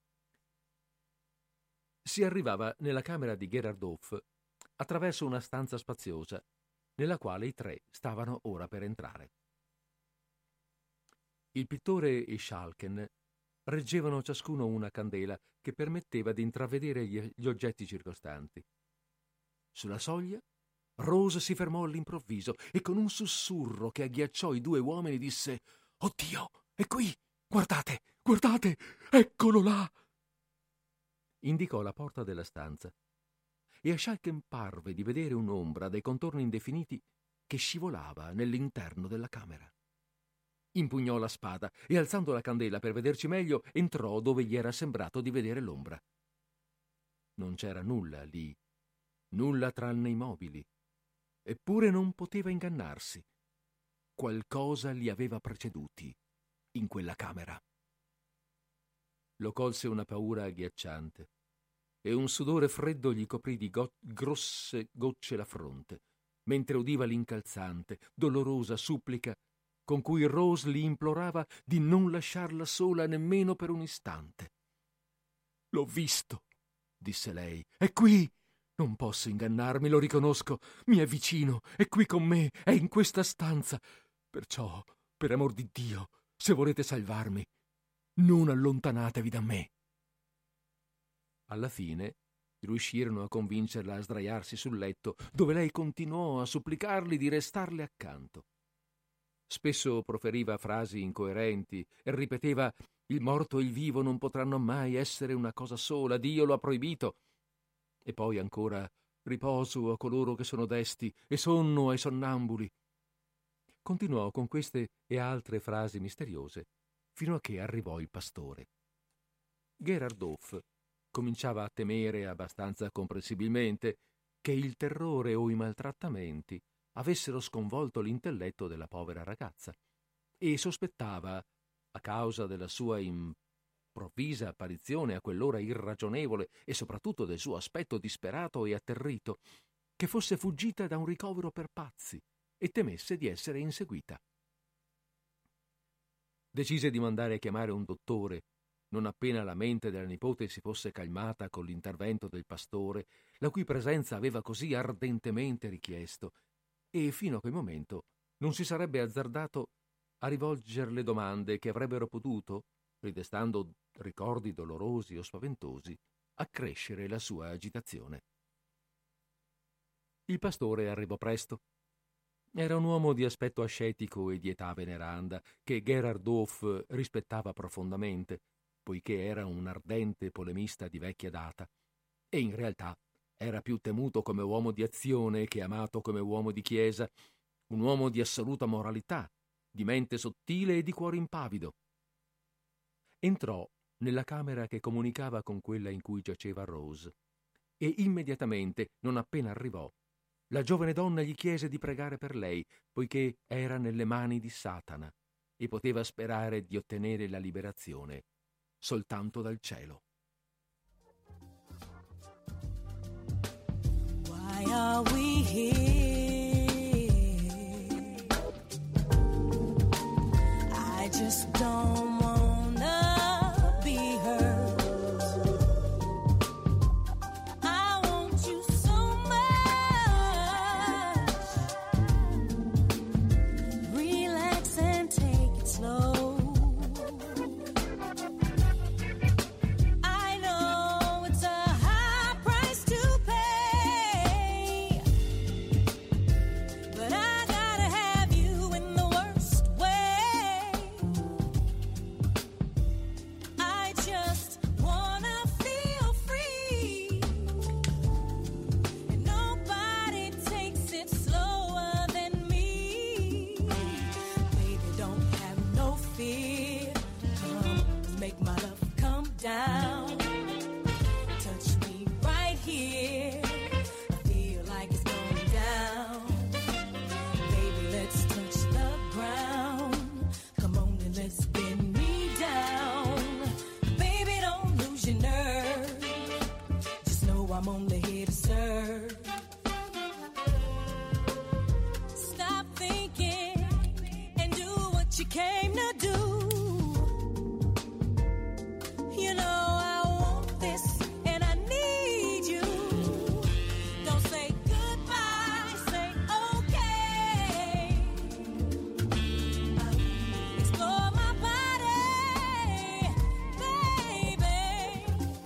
Si arrivava nella camera di Gerhard Hoff attraverso una stanza spaziosa, nella quale i tre stavano ora per entrare. Il pittore e Schalken reggevano ciascuno una candela che permetteva di intravedere gli, gli oggetti circostanti. Sulla soglia Rose si fermò all'improvviso e con un sussurro che agghiacciò i due uomini disse: «Oh Dio, è qui! Guardate, guardate! Eccolo là!» Indicò la porta della stanza e a Schalken parve di vedere un'ombra dai contorni indefiniti che scivolava nell'interno della camera. Impugnò la spada e, alzando la candela per vederci meglio, entrò dove gli era sembrato di vedere l'ombra. Non c'era nulla lì, nulla tranne i mobili. Eppure non poteva ingannarsi. Qualcosa li aveva preceduti in quella camera. Lo colse una paura agghiacciante e un sudore freddo gli coprì di go- grosse gocce la fronte, mentre udiva l'incalzante, dolorosa supplica con cui Rose li implorava di non lasciarla sola nemmeno per un istante. «L'ho visto», disse lei, «è qui! Non posso ingannarmi, lo riconosco. Mi è vicino, è qui con me, è in questa stanza. Perciò, per amor di Dio, se volete salvarmi, non allontanatevi da me». Alla fine riuscirono a convincerla a sdraiarsi sul letto, dove lei continuò a supplicarli di restarle accanto. Spesso proferiva frasi incoerenti e ripeteva: «Il morto e il vivo non potranno mai essere una cosa sola, Dio lo ha proibito». E poi ancora: «Riposo a coloro che sono desti e sonno ai sonnambuli». Continuò con queste e altre frasi misteriose fino a che arrivò il pastore. Gerhard Hoff cominciava a temere abbastanza comprensibilmente che il terrore o i maltrattamenti avessero sconvolto l'intelletto della povera ragazza e sospettava, a causa della sua improvvisa apparizione a quell'ora irragionevole e soprattutto del suo aspetto disperato e atterrito, che fosse fuggita da un ricovero per pazzi e temesse di essere inseguita. Decise di mandare a chiamare un dottore non appena la mente della nipote si fosse calmata con l'intervento del pastore, la cui presenza aveva così ardentemente richiesto, e fino a quel momento non si sarebbe azzardato a rivolgerle domande che avrebbero potuto, ridestando ricordi dolorosi o spaventosi, accrescere la sua agitazione. Il pastore arrivò presto. Era un uomo di aspetto ascetico e di età veneranda, che Gerhard Hoff rispettava profondamente, poiché era un ardente polemista di vecchia data, e in realtà era più temuto come uomo di azione che amato come uomo di chiesa, un uomo di assoluta moralità, di mente sottile e di cuore impavido. Entrò nella camera che comunicava con quella in cui giaceva Rose e immediatamente, non appena arrivò, la giovane donna gli chiese di pregare per lei, poiché era nelle mani di Satana e poteva sperare di ottenere la liberazione soltanto dal cielo. Why are we here? I just don't wanna be hurt. I want you so much. Relax and take it slow. I'm only here to serve. Stop thinking and do what you came to do. You know I want this and I need you. Don't say goodbye, say okay. Explore my body, baby.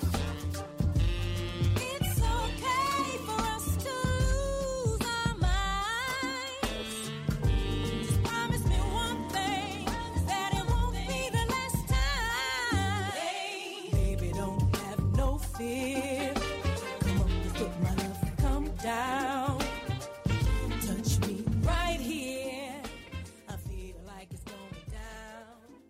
It's okay for us to lose our minds. Just promise me one thing, that it won't be the last time. Baby, don't have no fear. Come on, let's get my love, come down. Touch me right here. I feel like it's going down.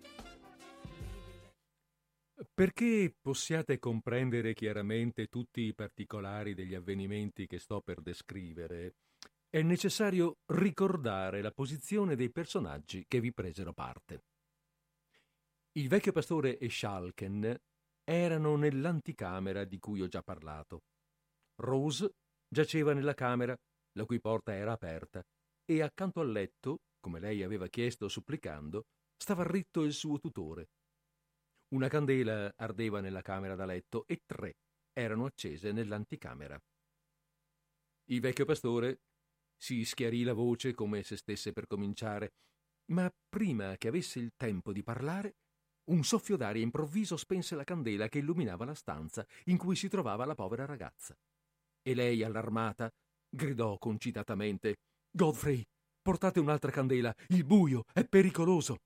Perché possiate comprendere chiaramente tutti i particolari degli avvenimenti che sto per descrivere, è necessario ricordare la posizione dei personaggi che vi presero parte. Il vecchio pastore e Schalken erano nell'anticamera di cui ho già parlato. Rose giaceva nella camera, la cui porta era aperta, e accanto al letto, come lei aveva chiesto supplicando, stava ritto il suo tutore. Una candela ardeva nella camera da letto e tre erano accese nell'anticamera. Il vecchio pastore si schiarì la voce come se stesse per cominciare, ma prima che avesse il tempo di parlare, un soffio d'aria improvviso spense la candela che illuminava la stanza in cui si trovava la povera ragazza. E lei, allarmata, gridò concitatamente: «Godfrey, portate un'altra candela, il buio è pericoloso!»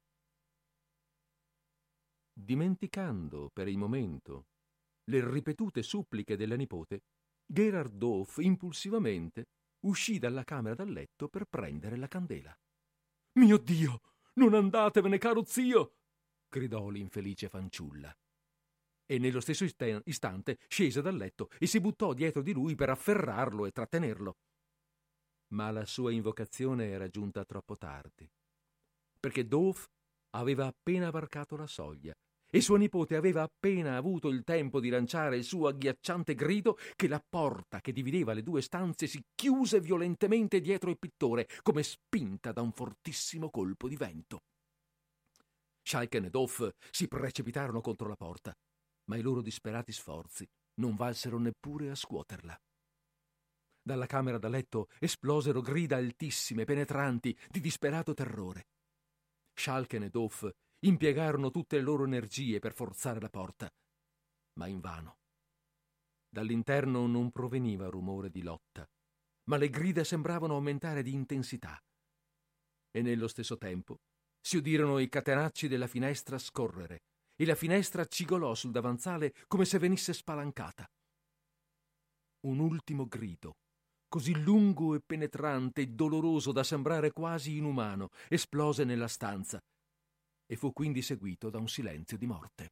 Dimenticando per il momento le ripetute suppliche della nipote, Gerard Doff impulsivamente uscì dalla camera da letto per prendere la candela. «Mio Dio, non andatevene, caro zio!» gridò l'infelice fanciulla. E nello stesso istante scese dal letto e si buttò dietro di lui per afferrarlo e trattenerlo. Ma la sua invocazione era giunta troppo tardi, perché Doff aveva appena varcato la soglia e sua nipote aveva appena avuto il tempo di lanciare il suo agghiacciante grido che la porta che divideva le due stanze si chiuse violentemente dietro il pittore, come spinta da un fortissimo colpo di vento. Schalken e Doff si precipitarono contro la porta, ma i loro disperati sforzi non valsero neppure a scuoterla. Dalla camera da letto esplosero grida altissime, penetranti, di disperato terrore. Schalken e Doff impiegarono tutte le loro energie per forzare la porta, ma invano. Dall'interno non proveniva rumore di lotta, ma le grida sembravano aumentare di intensità. E nello stesso tempo si udirono i catenacci della finestra scorrere e la finestra cigolò sul davanzale come se venisse spalancata. Un ultimo grido, così lungo e penetrante e doloroso da sembrare quasi inumano, esplose nella stanza e fu quindi seguito da un silenzio di morte.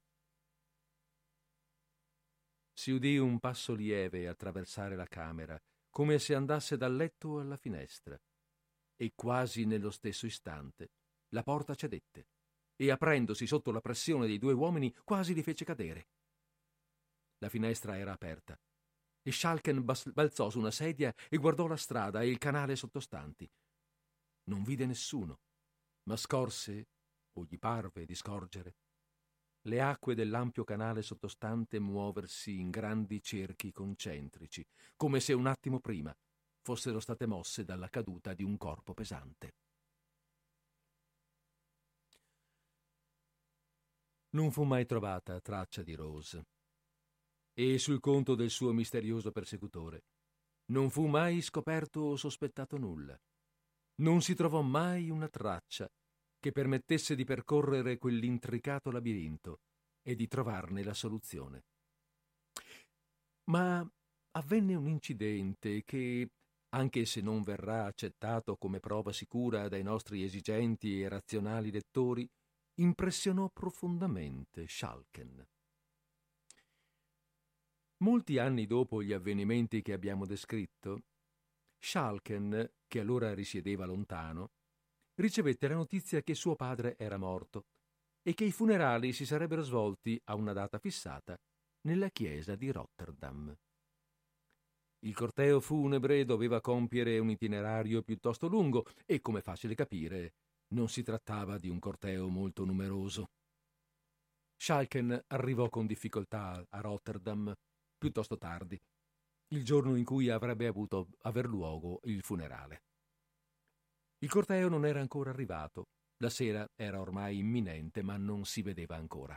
Si udì un passo lieve attraversare la camera, come se andasse dal letto alla finestra, e quasi nello stesso istante la porta cedette e, aprendosi sotto la pressione dei due uomini, quasi li fece cadere. La finestra era aperta e Schalken bas- balzò su una sedia e guardò la strada e il canale sottostanti. Non vide nessuno, ma scorse, o gli parve di scorgere, le acque dell'ampio canale sottostante muoversi in grandi cerchi concentrici, come se un attimo prima fossero state mosse dalla caduta di un corpo pesante. Non fu mai trovata traccia di Rose, e sul conto del suo misterioso persecutore non fu mai scoperto o sospettato nulla. Non si trovò mai una traccia che permettesse di percorrere quell'intricato labirinto e di trovarne la soluzione. Ma avvenne un incidente che, anche se non verrà accettato come prova sicura dai nostri esigenti e razionali lettori, impressionò profondamente Schalken. Molti anni dopo gli avvenimenti che abbiamo descritto, Schalken, che allora risiedeva lontano, ricevette la notizia che suo padre era morto e che i funerali si sarebbero svolti a una data fissata nella chiesa di Rotterdam. Il corteo funebre doveva compiere un itinerario piuttosto lungo e, come facile capire, non si trattava di un corteo molto numeroso. Schalken arrivò con difficoltà a Rotterdam piuttosto tardi, il giorno in cui avrebbe avuto aver luogo il funerale. Il corteo non era ancora arrivato, la sera era ormai imminente, ma non si vedeva ancora.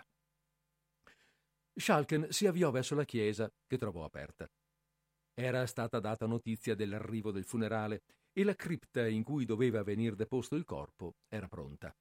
Schalken si avviò verso la chiesa, che trovò aperta. Era stata data notizia dell'arrivo del funerale e la cripta in cui doveva venir deposto il corpo era pronta.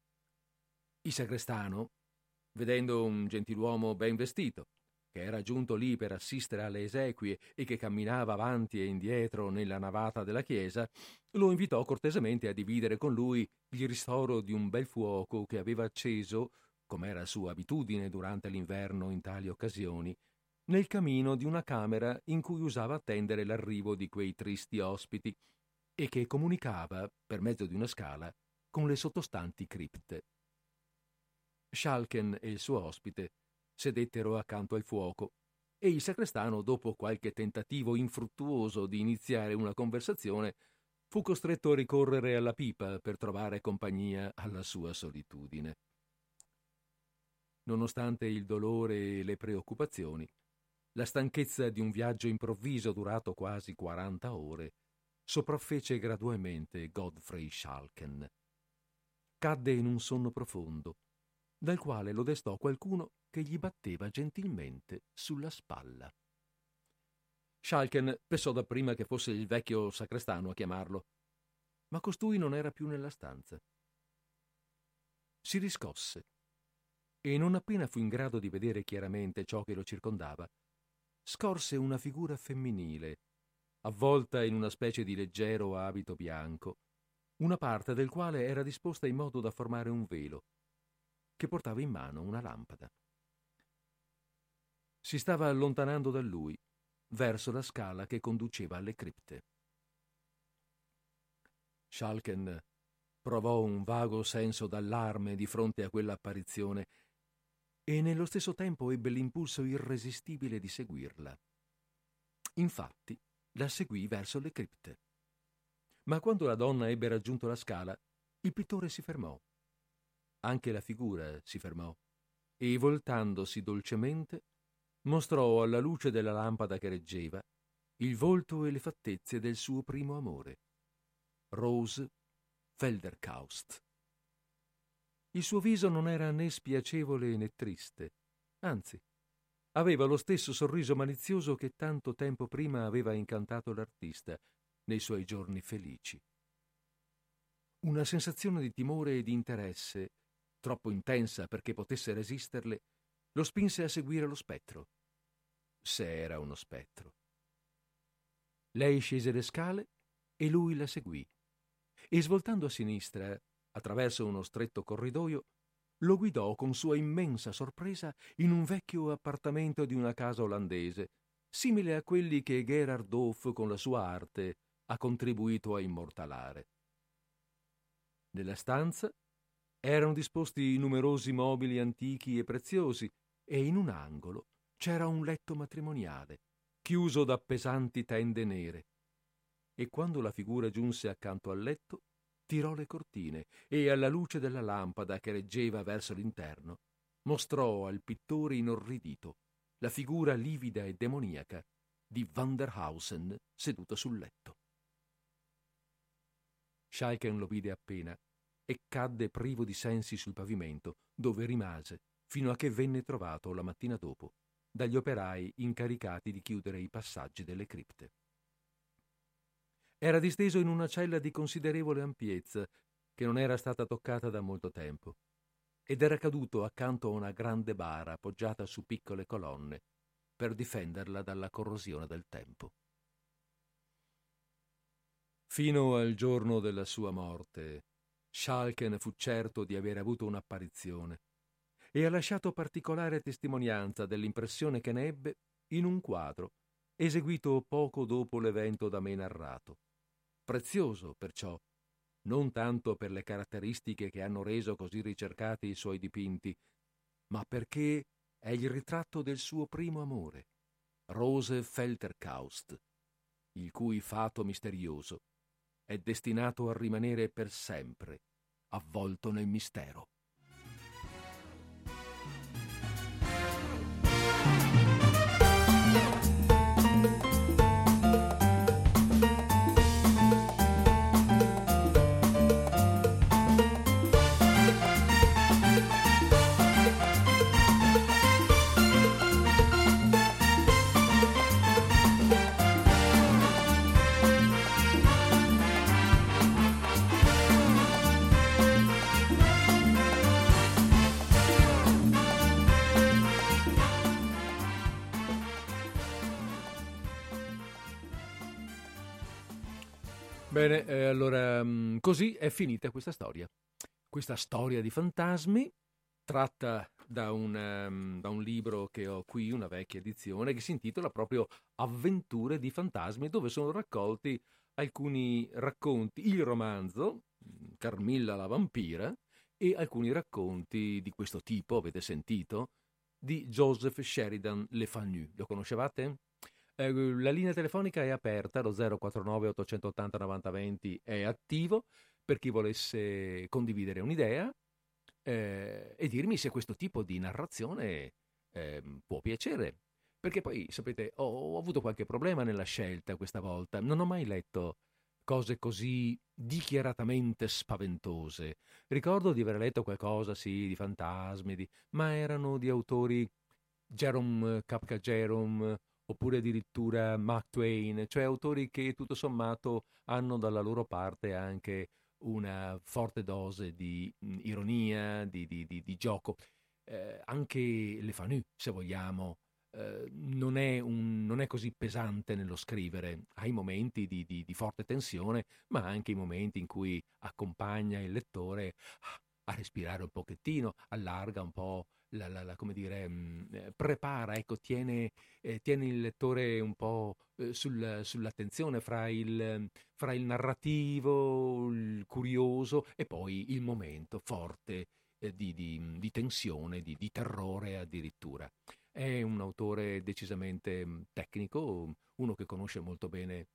Il sagrestano, vedendo un gentiluomo ben vestito, che era giunto lì per assistere alle esequie e che camminava avanti e indietro nella navata della chiesa, lo invitò cortesemente a dividere con lui il ristoro di un bel fuoco che aveva acceso, come era sua abitudine durante l'inverno in tali occasioni, nel camino di una camera in cui usava attendere l'arrivo di quei tristi ospiti e che comunicava, per mezzo di una scala, con le sottostanti cripte. Schalken e il suo ospite sedettero accanto al fuoco e il sacrestano, dopo qualche tentativo infruttuoso di iniziare una conversazione, fu costretto a ricorrere alla pipa per trovare compagnia alla sua solitudine. Nonostante il dolore e le preoccupazioni, la stanchezza di un viaggio improvviso durato quasi quaranta ore sopraffece gradualmente Godfrey Schalken. Cadde in un sonno profondo, dal quale lo destò qualcuno che gli batteva gentilmente sulla spalla. Schalken pensò dapprima che fosse il vecchio sacrestano a chiamarlo, ma costui non era più nella stanza. Si riscosse e non appena fu in grado di vedere chiaramente ciò che lo circondava, scorse una figura femminile, avvolta in una specie di leggero abito bianco, una parte del quale era disposta in modo da formare un velo, che portava in mano una lampada. Si stava allontanando da lui, verso la scala che conduceva alle cripte. Schalken provò un vago senso d'allarme di fronte a quell'apparizione e nello stesso tempo ebbe l'impulso irresistibile di seguirla. Infatti, la seguì verso le cripte. Ma quando la donna ebbe raggiunto la scala, il pittore si fermò. Anche la figura si fermò e, voltandosi dolcemente, mostrò alla luce della lampada che reggeva il volto e le fattezze del suo primo amore, Rose Felderkaust. Il suo viso non era né spiacevole né triste, anzi, aveva lo stesso sorriso malizioso che tanto tempo prima aveva incantato l'artista nei suoi giorni felici. Una sensazione di timore e di interesse, troppo intensa perché potesse resisterle, lo spinse a seguire lo spettro, se era uno spettro. Lei scese le scale e lui la seguì, e svoltando a sinistra attraverso uno stretto corridoio, lo guidò con sua immensa sorpresa in un vecchio appartamento di una casa olandese, simile a quelli che Gerhard Doff con la sua arte ha contribuito a immortalare. Nella stanza erano disposti numerosi mobili antichi e preziosi, e in un angolo c'era un letto matrimoniale, chiuso da pesanti tende nere. E quando la figura giunse accanto al letto, tirò le cortine e, alla luce della lampada che reggeva verso l'interno, mostrò al pittore inorridito la figura livida e demoniaca di Van der Hausen seduto sul letto. Schalken lo vide appena e cadde privo di sensi sul pavimento, dove rimase fino a che venne trovato la mattina dopo dagli operai incaricati di chiudere i passaggi delle cripte. Era disteso in una cella di considerevole ampiezza, che non era stata toccata da molto tempo, ed era caduto accanto a una grande bara appoggiata su piccole colonne per difenderla dalla corrosione del tempo. Fino al giorno della sua morte, Schalken fu certo di aver avuto un'apparizione e ha lasciato particolare testimonianza dell'impressione che ne ebbe in un quadro eseguito poco dopo l'evento da me narrato. Prezioso, perciò, non tanto per le caratteristiche che hanno reso così ricercati i suoi dipinti, ma perché è il ritratto del suo primo amore, Rose Felterkaust, il cui fato misterioso è destinato a rimanere per sempre avvolto nel mistero. Bene, eh, allora mh, così è finita questa storia. Questa storia di fantasmi, tratta da un, um, da un libro che ho qui, una vecchia edizione, che si intitola proprio Avventure di fantasmi, dove sono raccolti alcuni racconti, il romanzo, Carmilla la vampira, e alcuni racconti di questo tipo, avete sentito, di Joseph Sheridan Le Fanu. Lo conoscevate? Eh, la linea telefonica è aperta, lo zero quattro nove otto otto zero nove zero venti è attivo per chi volesse condividere un'idea eh, e dirmi se questo tipo di narrazione eh, può piacere. Perché poi, sapete, ho, ho avuto qualche problema nella scelta questa volta. Non ho mai letto cose così dichiaratamente spaventose. Ricordo di aver letto qualcosa, sì, di fantasmi, di... ma erano di autori Jerome, Kafka Jerome, oppure addirittura Mark Twain, cioè autori che tutto sommato hanno dalla loro parte anche una forte dose di mh, ironia, di, di, di, di gioco. Eh, anche Le Fanu, se vogliamo, eh, non, è un, non è così pesante nello scrivere. Ha i momenti di, di, di forte tensione, ma anche i momenti in cui accompagna il lettore a, a respirare un pochettino, allarga un po'. La, la, la, come dire, mh, prepara, ecco, tiene, eh, tiene il lettore un po' eh, sul, sull'attenzione fra il, fra il narrativo, il curioso e poi il momento forte eh, di, di, di tensione, di, di terrore addirittura. È un autore decisamente mh, tecnico, uno che conosce molto bene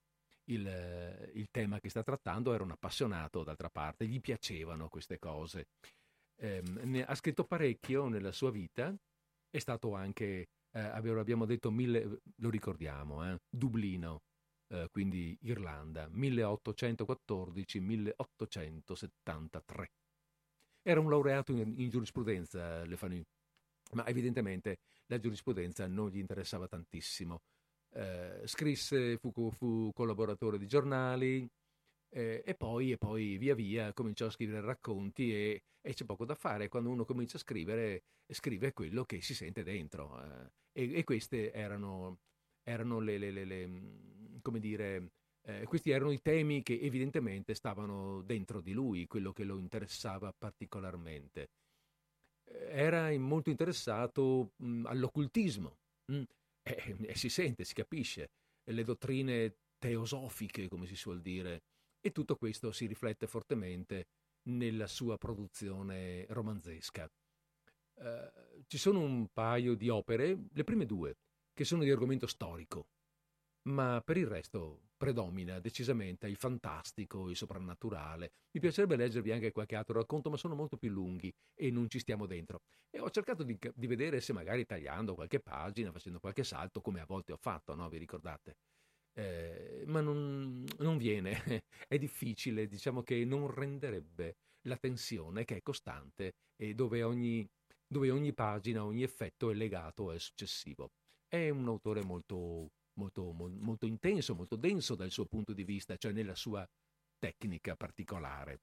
il, il tema che sta trattando, era un appassionato d'altra parte, gli piacevano queste cose. Eh, ne ha scritto parecchio nella sua vita, è stato anche, eh, abbiamo detto, mille, lo ricordiamo, eh, Dublino, eh, quindi Irlanda, milleottocentoquattordici milleottocentosettantatré. Era un laureato in, in giurisprudenza, Le Fanu, ma evidentemente la giurisprudenza non gli interessava tantissimo. Eh, scrisse, fu, fu collaboratore di giornali, Eh, e, poi, e poi via via cominciò a scrivere racconti e, e c'è poco da fare. Quando uno comincia a scrivere, scrive quello che si sente dentro. Eh, e, e queste erano, erano le, le, le, le, come dire, eh, questi erano i temi che evidentemente stavano dentro di lui, quello che lo interessava particolarmente. Era molto interessato mh, all'occultismo, mh, e, e si sente, si capisce, le dottrine teosofiche, come si suol dire, e tutto questo si riflette fortemente nella sua produzione romanzesca. Eh, ci sono un paio di opere, le prime due, che sono di argomento storico, ma per il resto predomina decisamente il fantastico, il soprannaturale. Mi piacerebbe leggervi anche qualche altro racconto, ma sono molto più lunghi e non ci stiamo dentro. E ho cercato di, di vedere se magari tagliando qualche pagina, facendo qualche salto, come a volte ho fatto, no? Vi ricordate? Eh, ma non, non viene, è difficile, diciamo che non renderebbe la tensione che è costante e dove ogni, dove ogni pagina, ogni effetto è legato al successivo. È un autore molto, molto, mol- molto intenso, molto denso dal suo punto di vista, cioè nella sua tecnica particolare.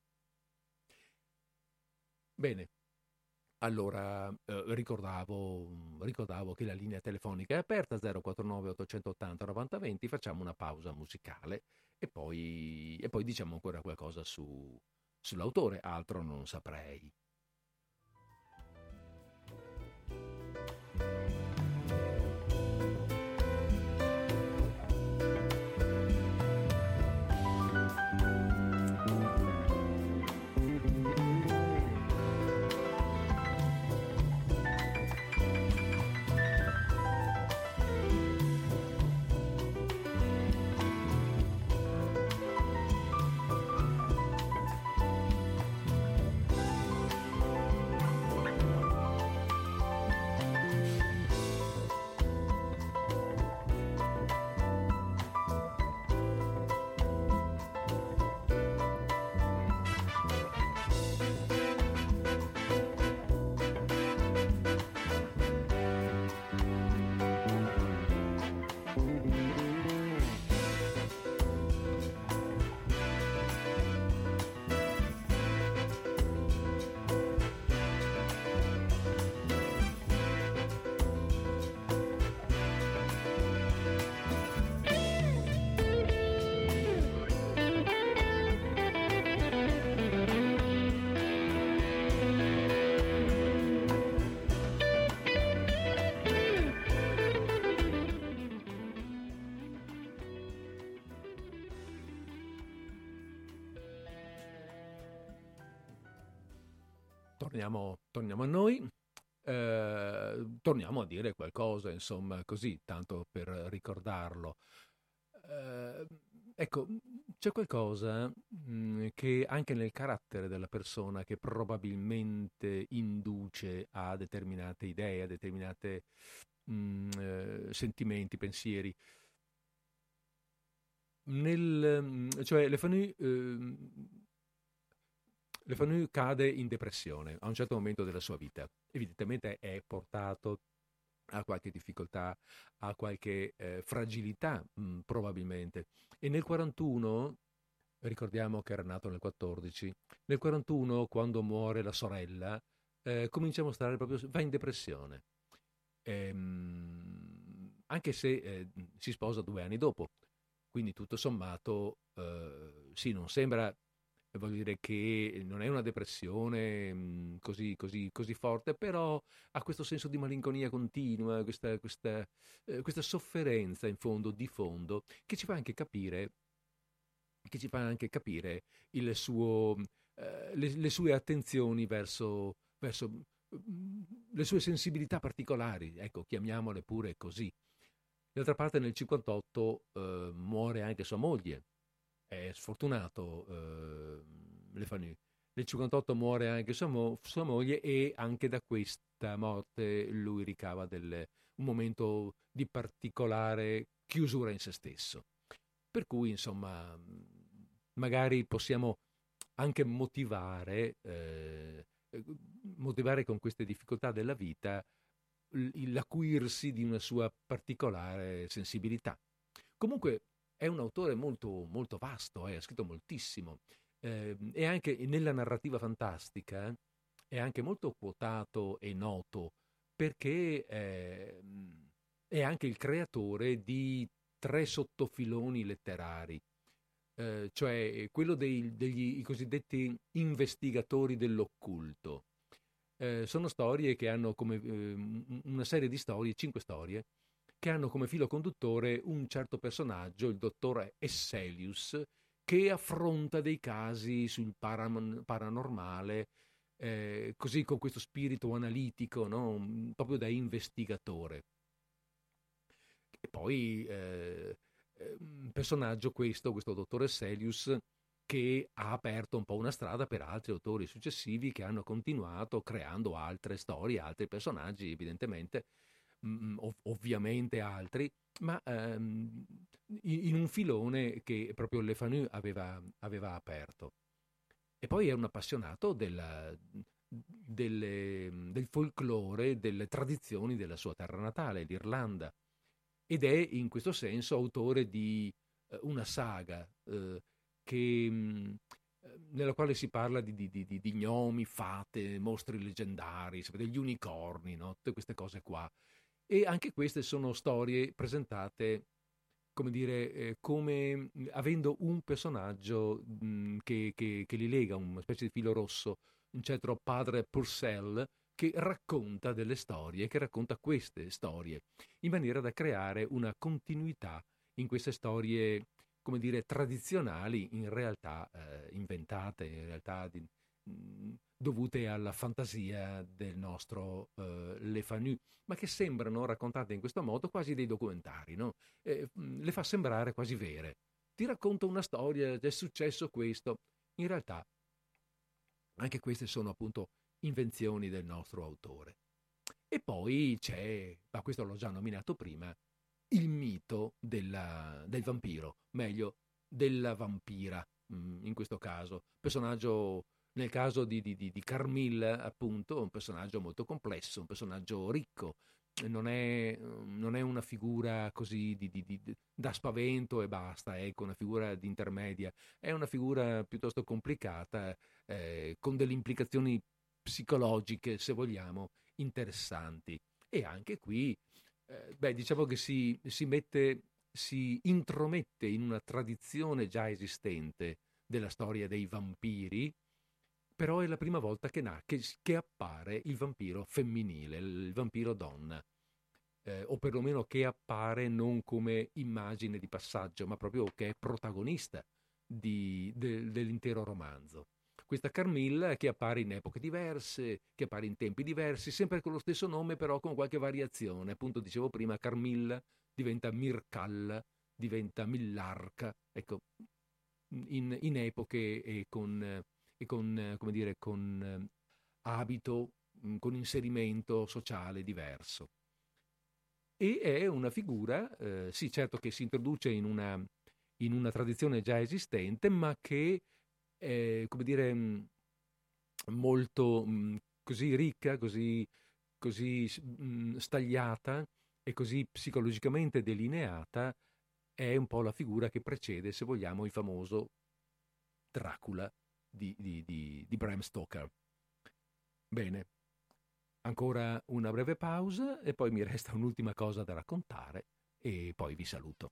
Bene, allora eh, ricordavo, ricordavo che la linea telefonica è aperta zero quattro nove ottocentottanta novanta venti, facciamo una pausa musicale e poi, e poi diciamo ancora qualcosa su, sull'autore, altro non saprei. Torniamo, torniamo a noi, eh, torniamo a dire qualcosa, insomma, così, tanto per ricordarlo. Eh, ecco, c'è qualcosa mh, che anche nel carattere della persona che probabilmente induce a determinate idee, a determinate mh, eh, sentimenti, pensieri. Nel, mh, cioè, Le Fanu, eh, Le Fanu cade in depressione a un certo momento della sua vita. Evidentemente è portato a qualche difficoltà, a qualche eh, fragilità, mh, probabilmente. E nel quarantuno, ricordiamo che era nato nel quattordici, nel quarantuno, quando muore la sorella, eh, comincia a mostrare proprio, va in depressione. Ehm, anche se eh, si sposa due anni dopo, quindi tutto sommato, eh, sì, non sembra, voglio dire che non è una depressione mh, così, così, così forte, però ha questo senso di malinconia continua, questa, questa, eh, questa sofferenza in fondo, di fondo, che ci fa anche capire, che ci fa anche capire il suo, eh, le, le sue attenzioni verso, verso mm, le sue sensibilità particolari, ecco, chiamiamole pure così. D'altra parte nel cinquantotto eh, muore anche sua moglie, è sfortunato eh, Le Fanu. Nel cinquantotto muore anche sua, mo- sua moglie e anche da questa morte lui ricava del- un momento di particolare chiusura in se stesso. Per cui, insomma, magari possiamo anche motivare, eh, motivare con queste difficoltà della vita l- l'acuirsi di una sua particolare sensibilità. Comunque è un autore molto, molto vasto, eh, ha scritto moltissimo, eh, e anche nella narrativa fantastica è anche molto quotato e noto perché eh, è anche il creatore di tre sottofiloni letterari, eh, cioè quello dei, degli i cosiddetti investigatori dell'occulto. Eh, sono storie che hanno come eh, una serie di storie, cinque storie, che hanno come filo conduttore un certo personaggio, il dottore Esselius, che affronta dei casi sul param- paranormale, eh, così con questo spirito analitico, no? Proprio da investigatore. E poi eh, un personaggio questo, questo dottore Esselius, che ha aperto un po' una strada per altri autori successivi che hanno continuato creando altre storie, altri personaggi, evidentemente, mh, ov- ovviamente altri, ma ehm, in, in un filone che proprio Le Fanu aveva, aveva aperto. E poi è un appassionato della, delle, del folklore, delle tradizioni della sua terra natale, l'Irlanda, ed è in questo senso autore di eh, una saga eh, che, mh, nella quale si parla di, di, di, di gnomi, fate, mostri leggendari, degli unicorni, no? Tutte queste cose qua. E anche queste sono storie presentate, come dire, eh, come mh, avendo un personaggio mh, che, che, che li lega, una specie di filo rosso, un certo padre Purcell, che racconta delle storie, che racconta queste storie, in maniera da creare una continuità in queste storie, come dire, tradizionali, in realtà eh, inventate, in realtà di, mh, dovute alla fantasia del nostro eh, Le Fanu, ma che sembrano raccontate in questo modo quasi dei documentari, no? Eh, mh, le fa sembrare quasi vere. Ti racconto una storia, è successo questo. In realtà anche queste sono appunto invenzioni del nostro autore. E poi c'è, ma questo l'ho già nominato prima, il mito della, del vampiro, meglio, della vampira, mh, in questo caso. Personaggio, nel caso di, di, di Carmilla, appunto, un personaggio molto complesso, un personaggio ricco. Non è, non è una figura così di, di, di, da spavento e basta, ecco, una figura di intermedia. È una figura piuttosto complicata, eh, con delle implicazioni psicologiche, se vogliamo, interessanti. E anche qui, eh, beh, diciamo che si, si mette, si intromette in una tradizione già esistente della storia dei vampiri, però è la prima volta che, na- che, che appare il vampiro femminile, il vampiro donna, eh, o perlomeno che appare non come immagine di passaggio, ma proprio che è protagonista di, de, dell'intero romanzo. Questa Carmilla che appare in epoche diverse, che appare in tempi diversi, sempre con lo stesso nome però con qualche variazione. Appunto dicevo prima, Carmilla diventa Mircalla, diventa Millarca, ecco, in, in epoche e con, e con, come dire, con abito, con inserimento sociale diverso. E è una figura, eh, sì certo che si introduce in una, in una tradizione già esistente, ma che è, come dire, molto mh, così ricca, così, così mh, stagliata e così psicologicamente delineata, è un po' la figura che precede, se vogliamo, il famoso Dracula di, di, di, di Bram Stoker. Bene, ancora una breve pausa e poi mi resta un'ultima cosa da raccontare e poi vi saluto.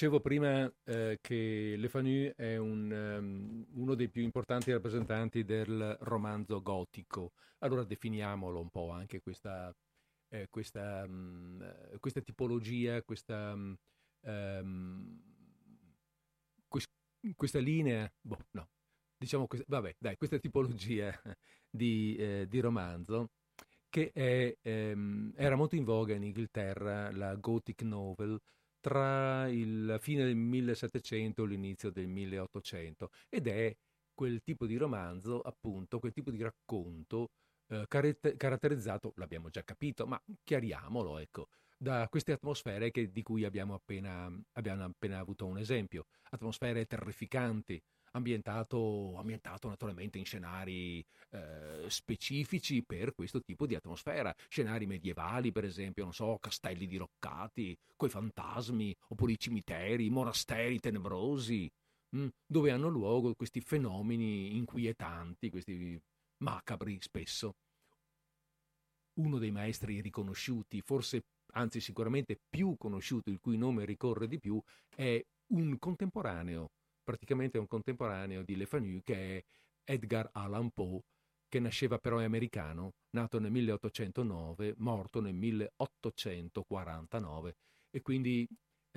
dicevo prima eh, che Le Fanu è un, ehm, uno dei più importanti rappresentanti del romanzo gotico. Allora definiamolo un po' anche questa, eh, questa, mm, eh, questa tipologia, questa, mm, ehm, quest- questa linea, boh, no, diciamo, questa, vabbè, dai, questa tipologia di, eh, di romanzo che è, ehm, era molto in voga in Inghilterra, la Gothic Novel, tra il- la fine del millesettecento e l'inizio del milleottocento, ed è quel tipo di romanzo, appunto, quel tipo di racconto eh, carette- caratterizzato, l'abbiamo già capito, ma chiariamolo, ecco, da queste atmosfere che- di cui abbiamo appena, abbiamo appena avuto un esempio, atmosfere terrificanti, ambientato, ambientato naturalmente in scenari eh, specifici per questo tipo di atmosfera, scenari medievali per esempio, non so, castelli diroccati, coi fantasmi, oppure i cimiteri, i monasteri tenebrosi, mh, dove hanno luogo questi fenomeni inquietanti, questi macabri spesso. Uno dei maestri riconosciuti, forse, anzi sicuramente più conosciuto, il cui nome ricorre di più, è un contemporaneo, praticamente un contemporaneo di Le Fanu, che è Edgar Allan Poe, che nasceva però è americano, nato nel milleottocentonove, morto nel milleottocentoquarantanove, e quindi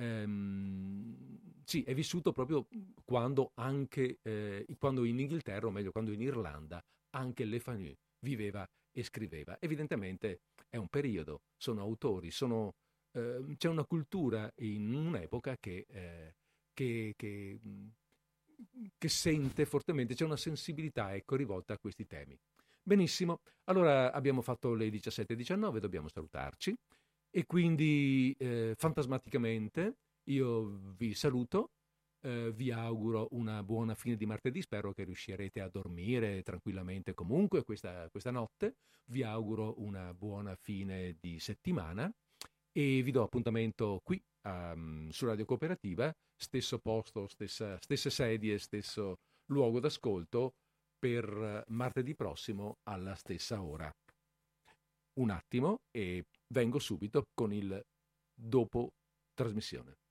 ehm, sì, è vissuto proprio quando anche eh, quando in Inghilterra, o meglio quando in Irlanda, anche Le Fanu viveva e scriveva. Evidentemente è un periodo, sono autori, sono, eh, c'è una cultura in un'epoca che, eh, che, che, che sente fortemente, c'è una sensibilità, ecco, rivolta a questi temi. Benissimo, allora abbiamo fatto le diciassette e diciannove, dobbiamo salutarci e quindi eh, fantasmaticamente io vi saluto, eh, vi auguro una buona fine di martedì, spero che riuscirete a dormire tranquillamente comunque questa, questa notte, vi auguro una buona fine di settimana e vi do appuntamento qui um, su Radio Cooperativa, stesso posto, stessa, stesse sedie, stesso luogo d'ascolto per eh, martedì prossimo alla stessa ora. Un attimo e vengo subito con il dopo trasmissione.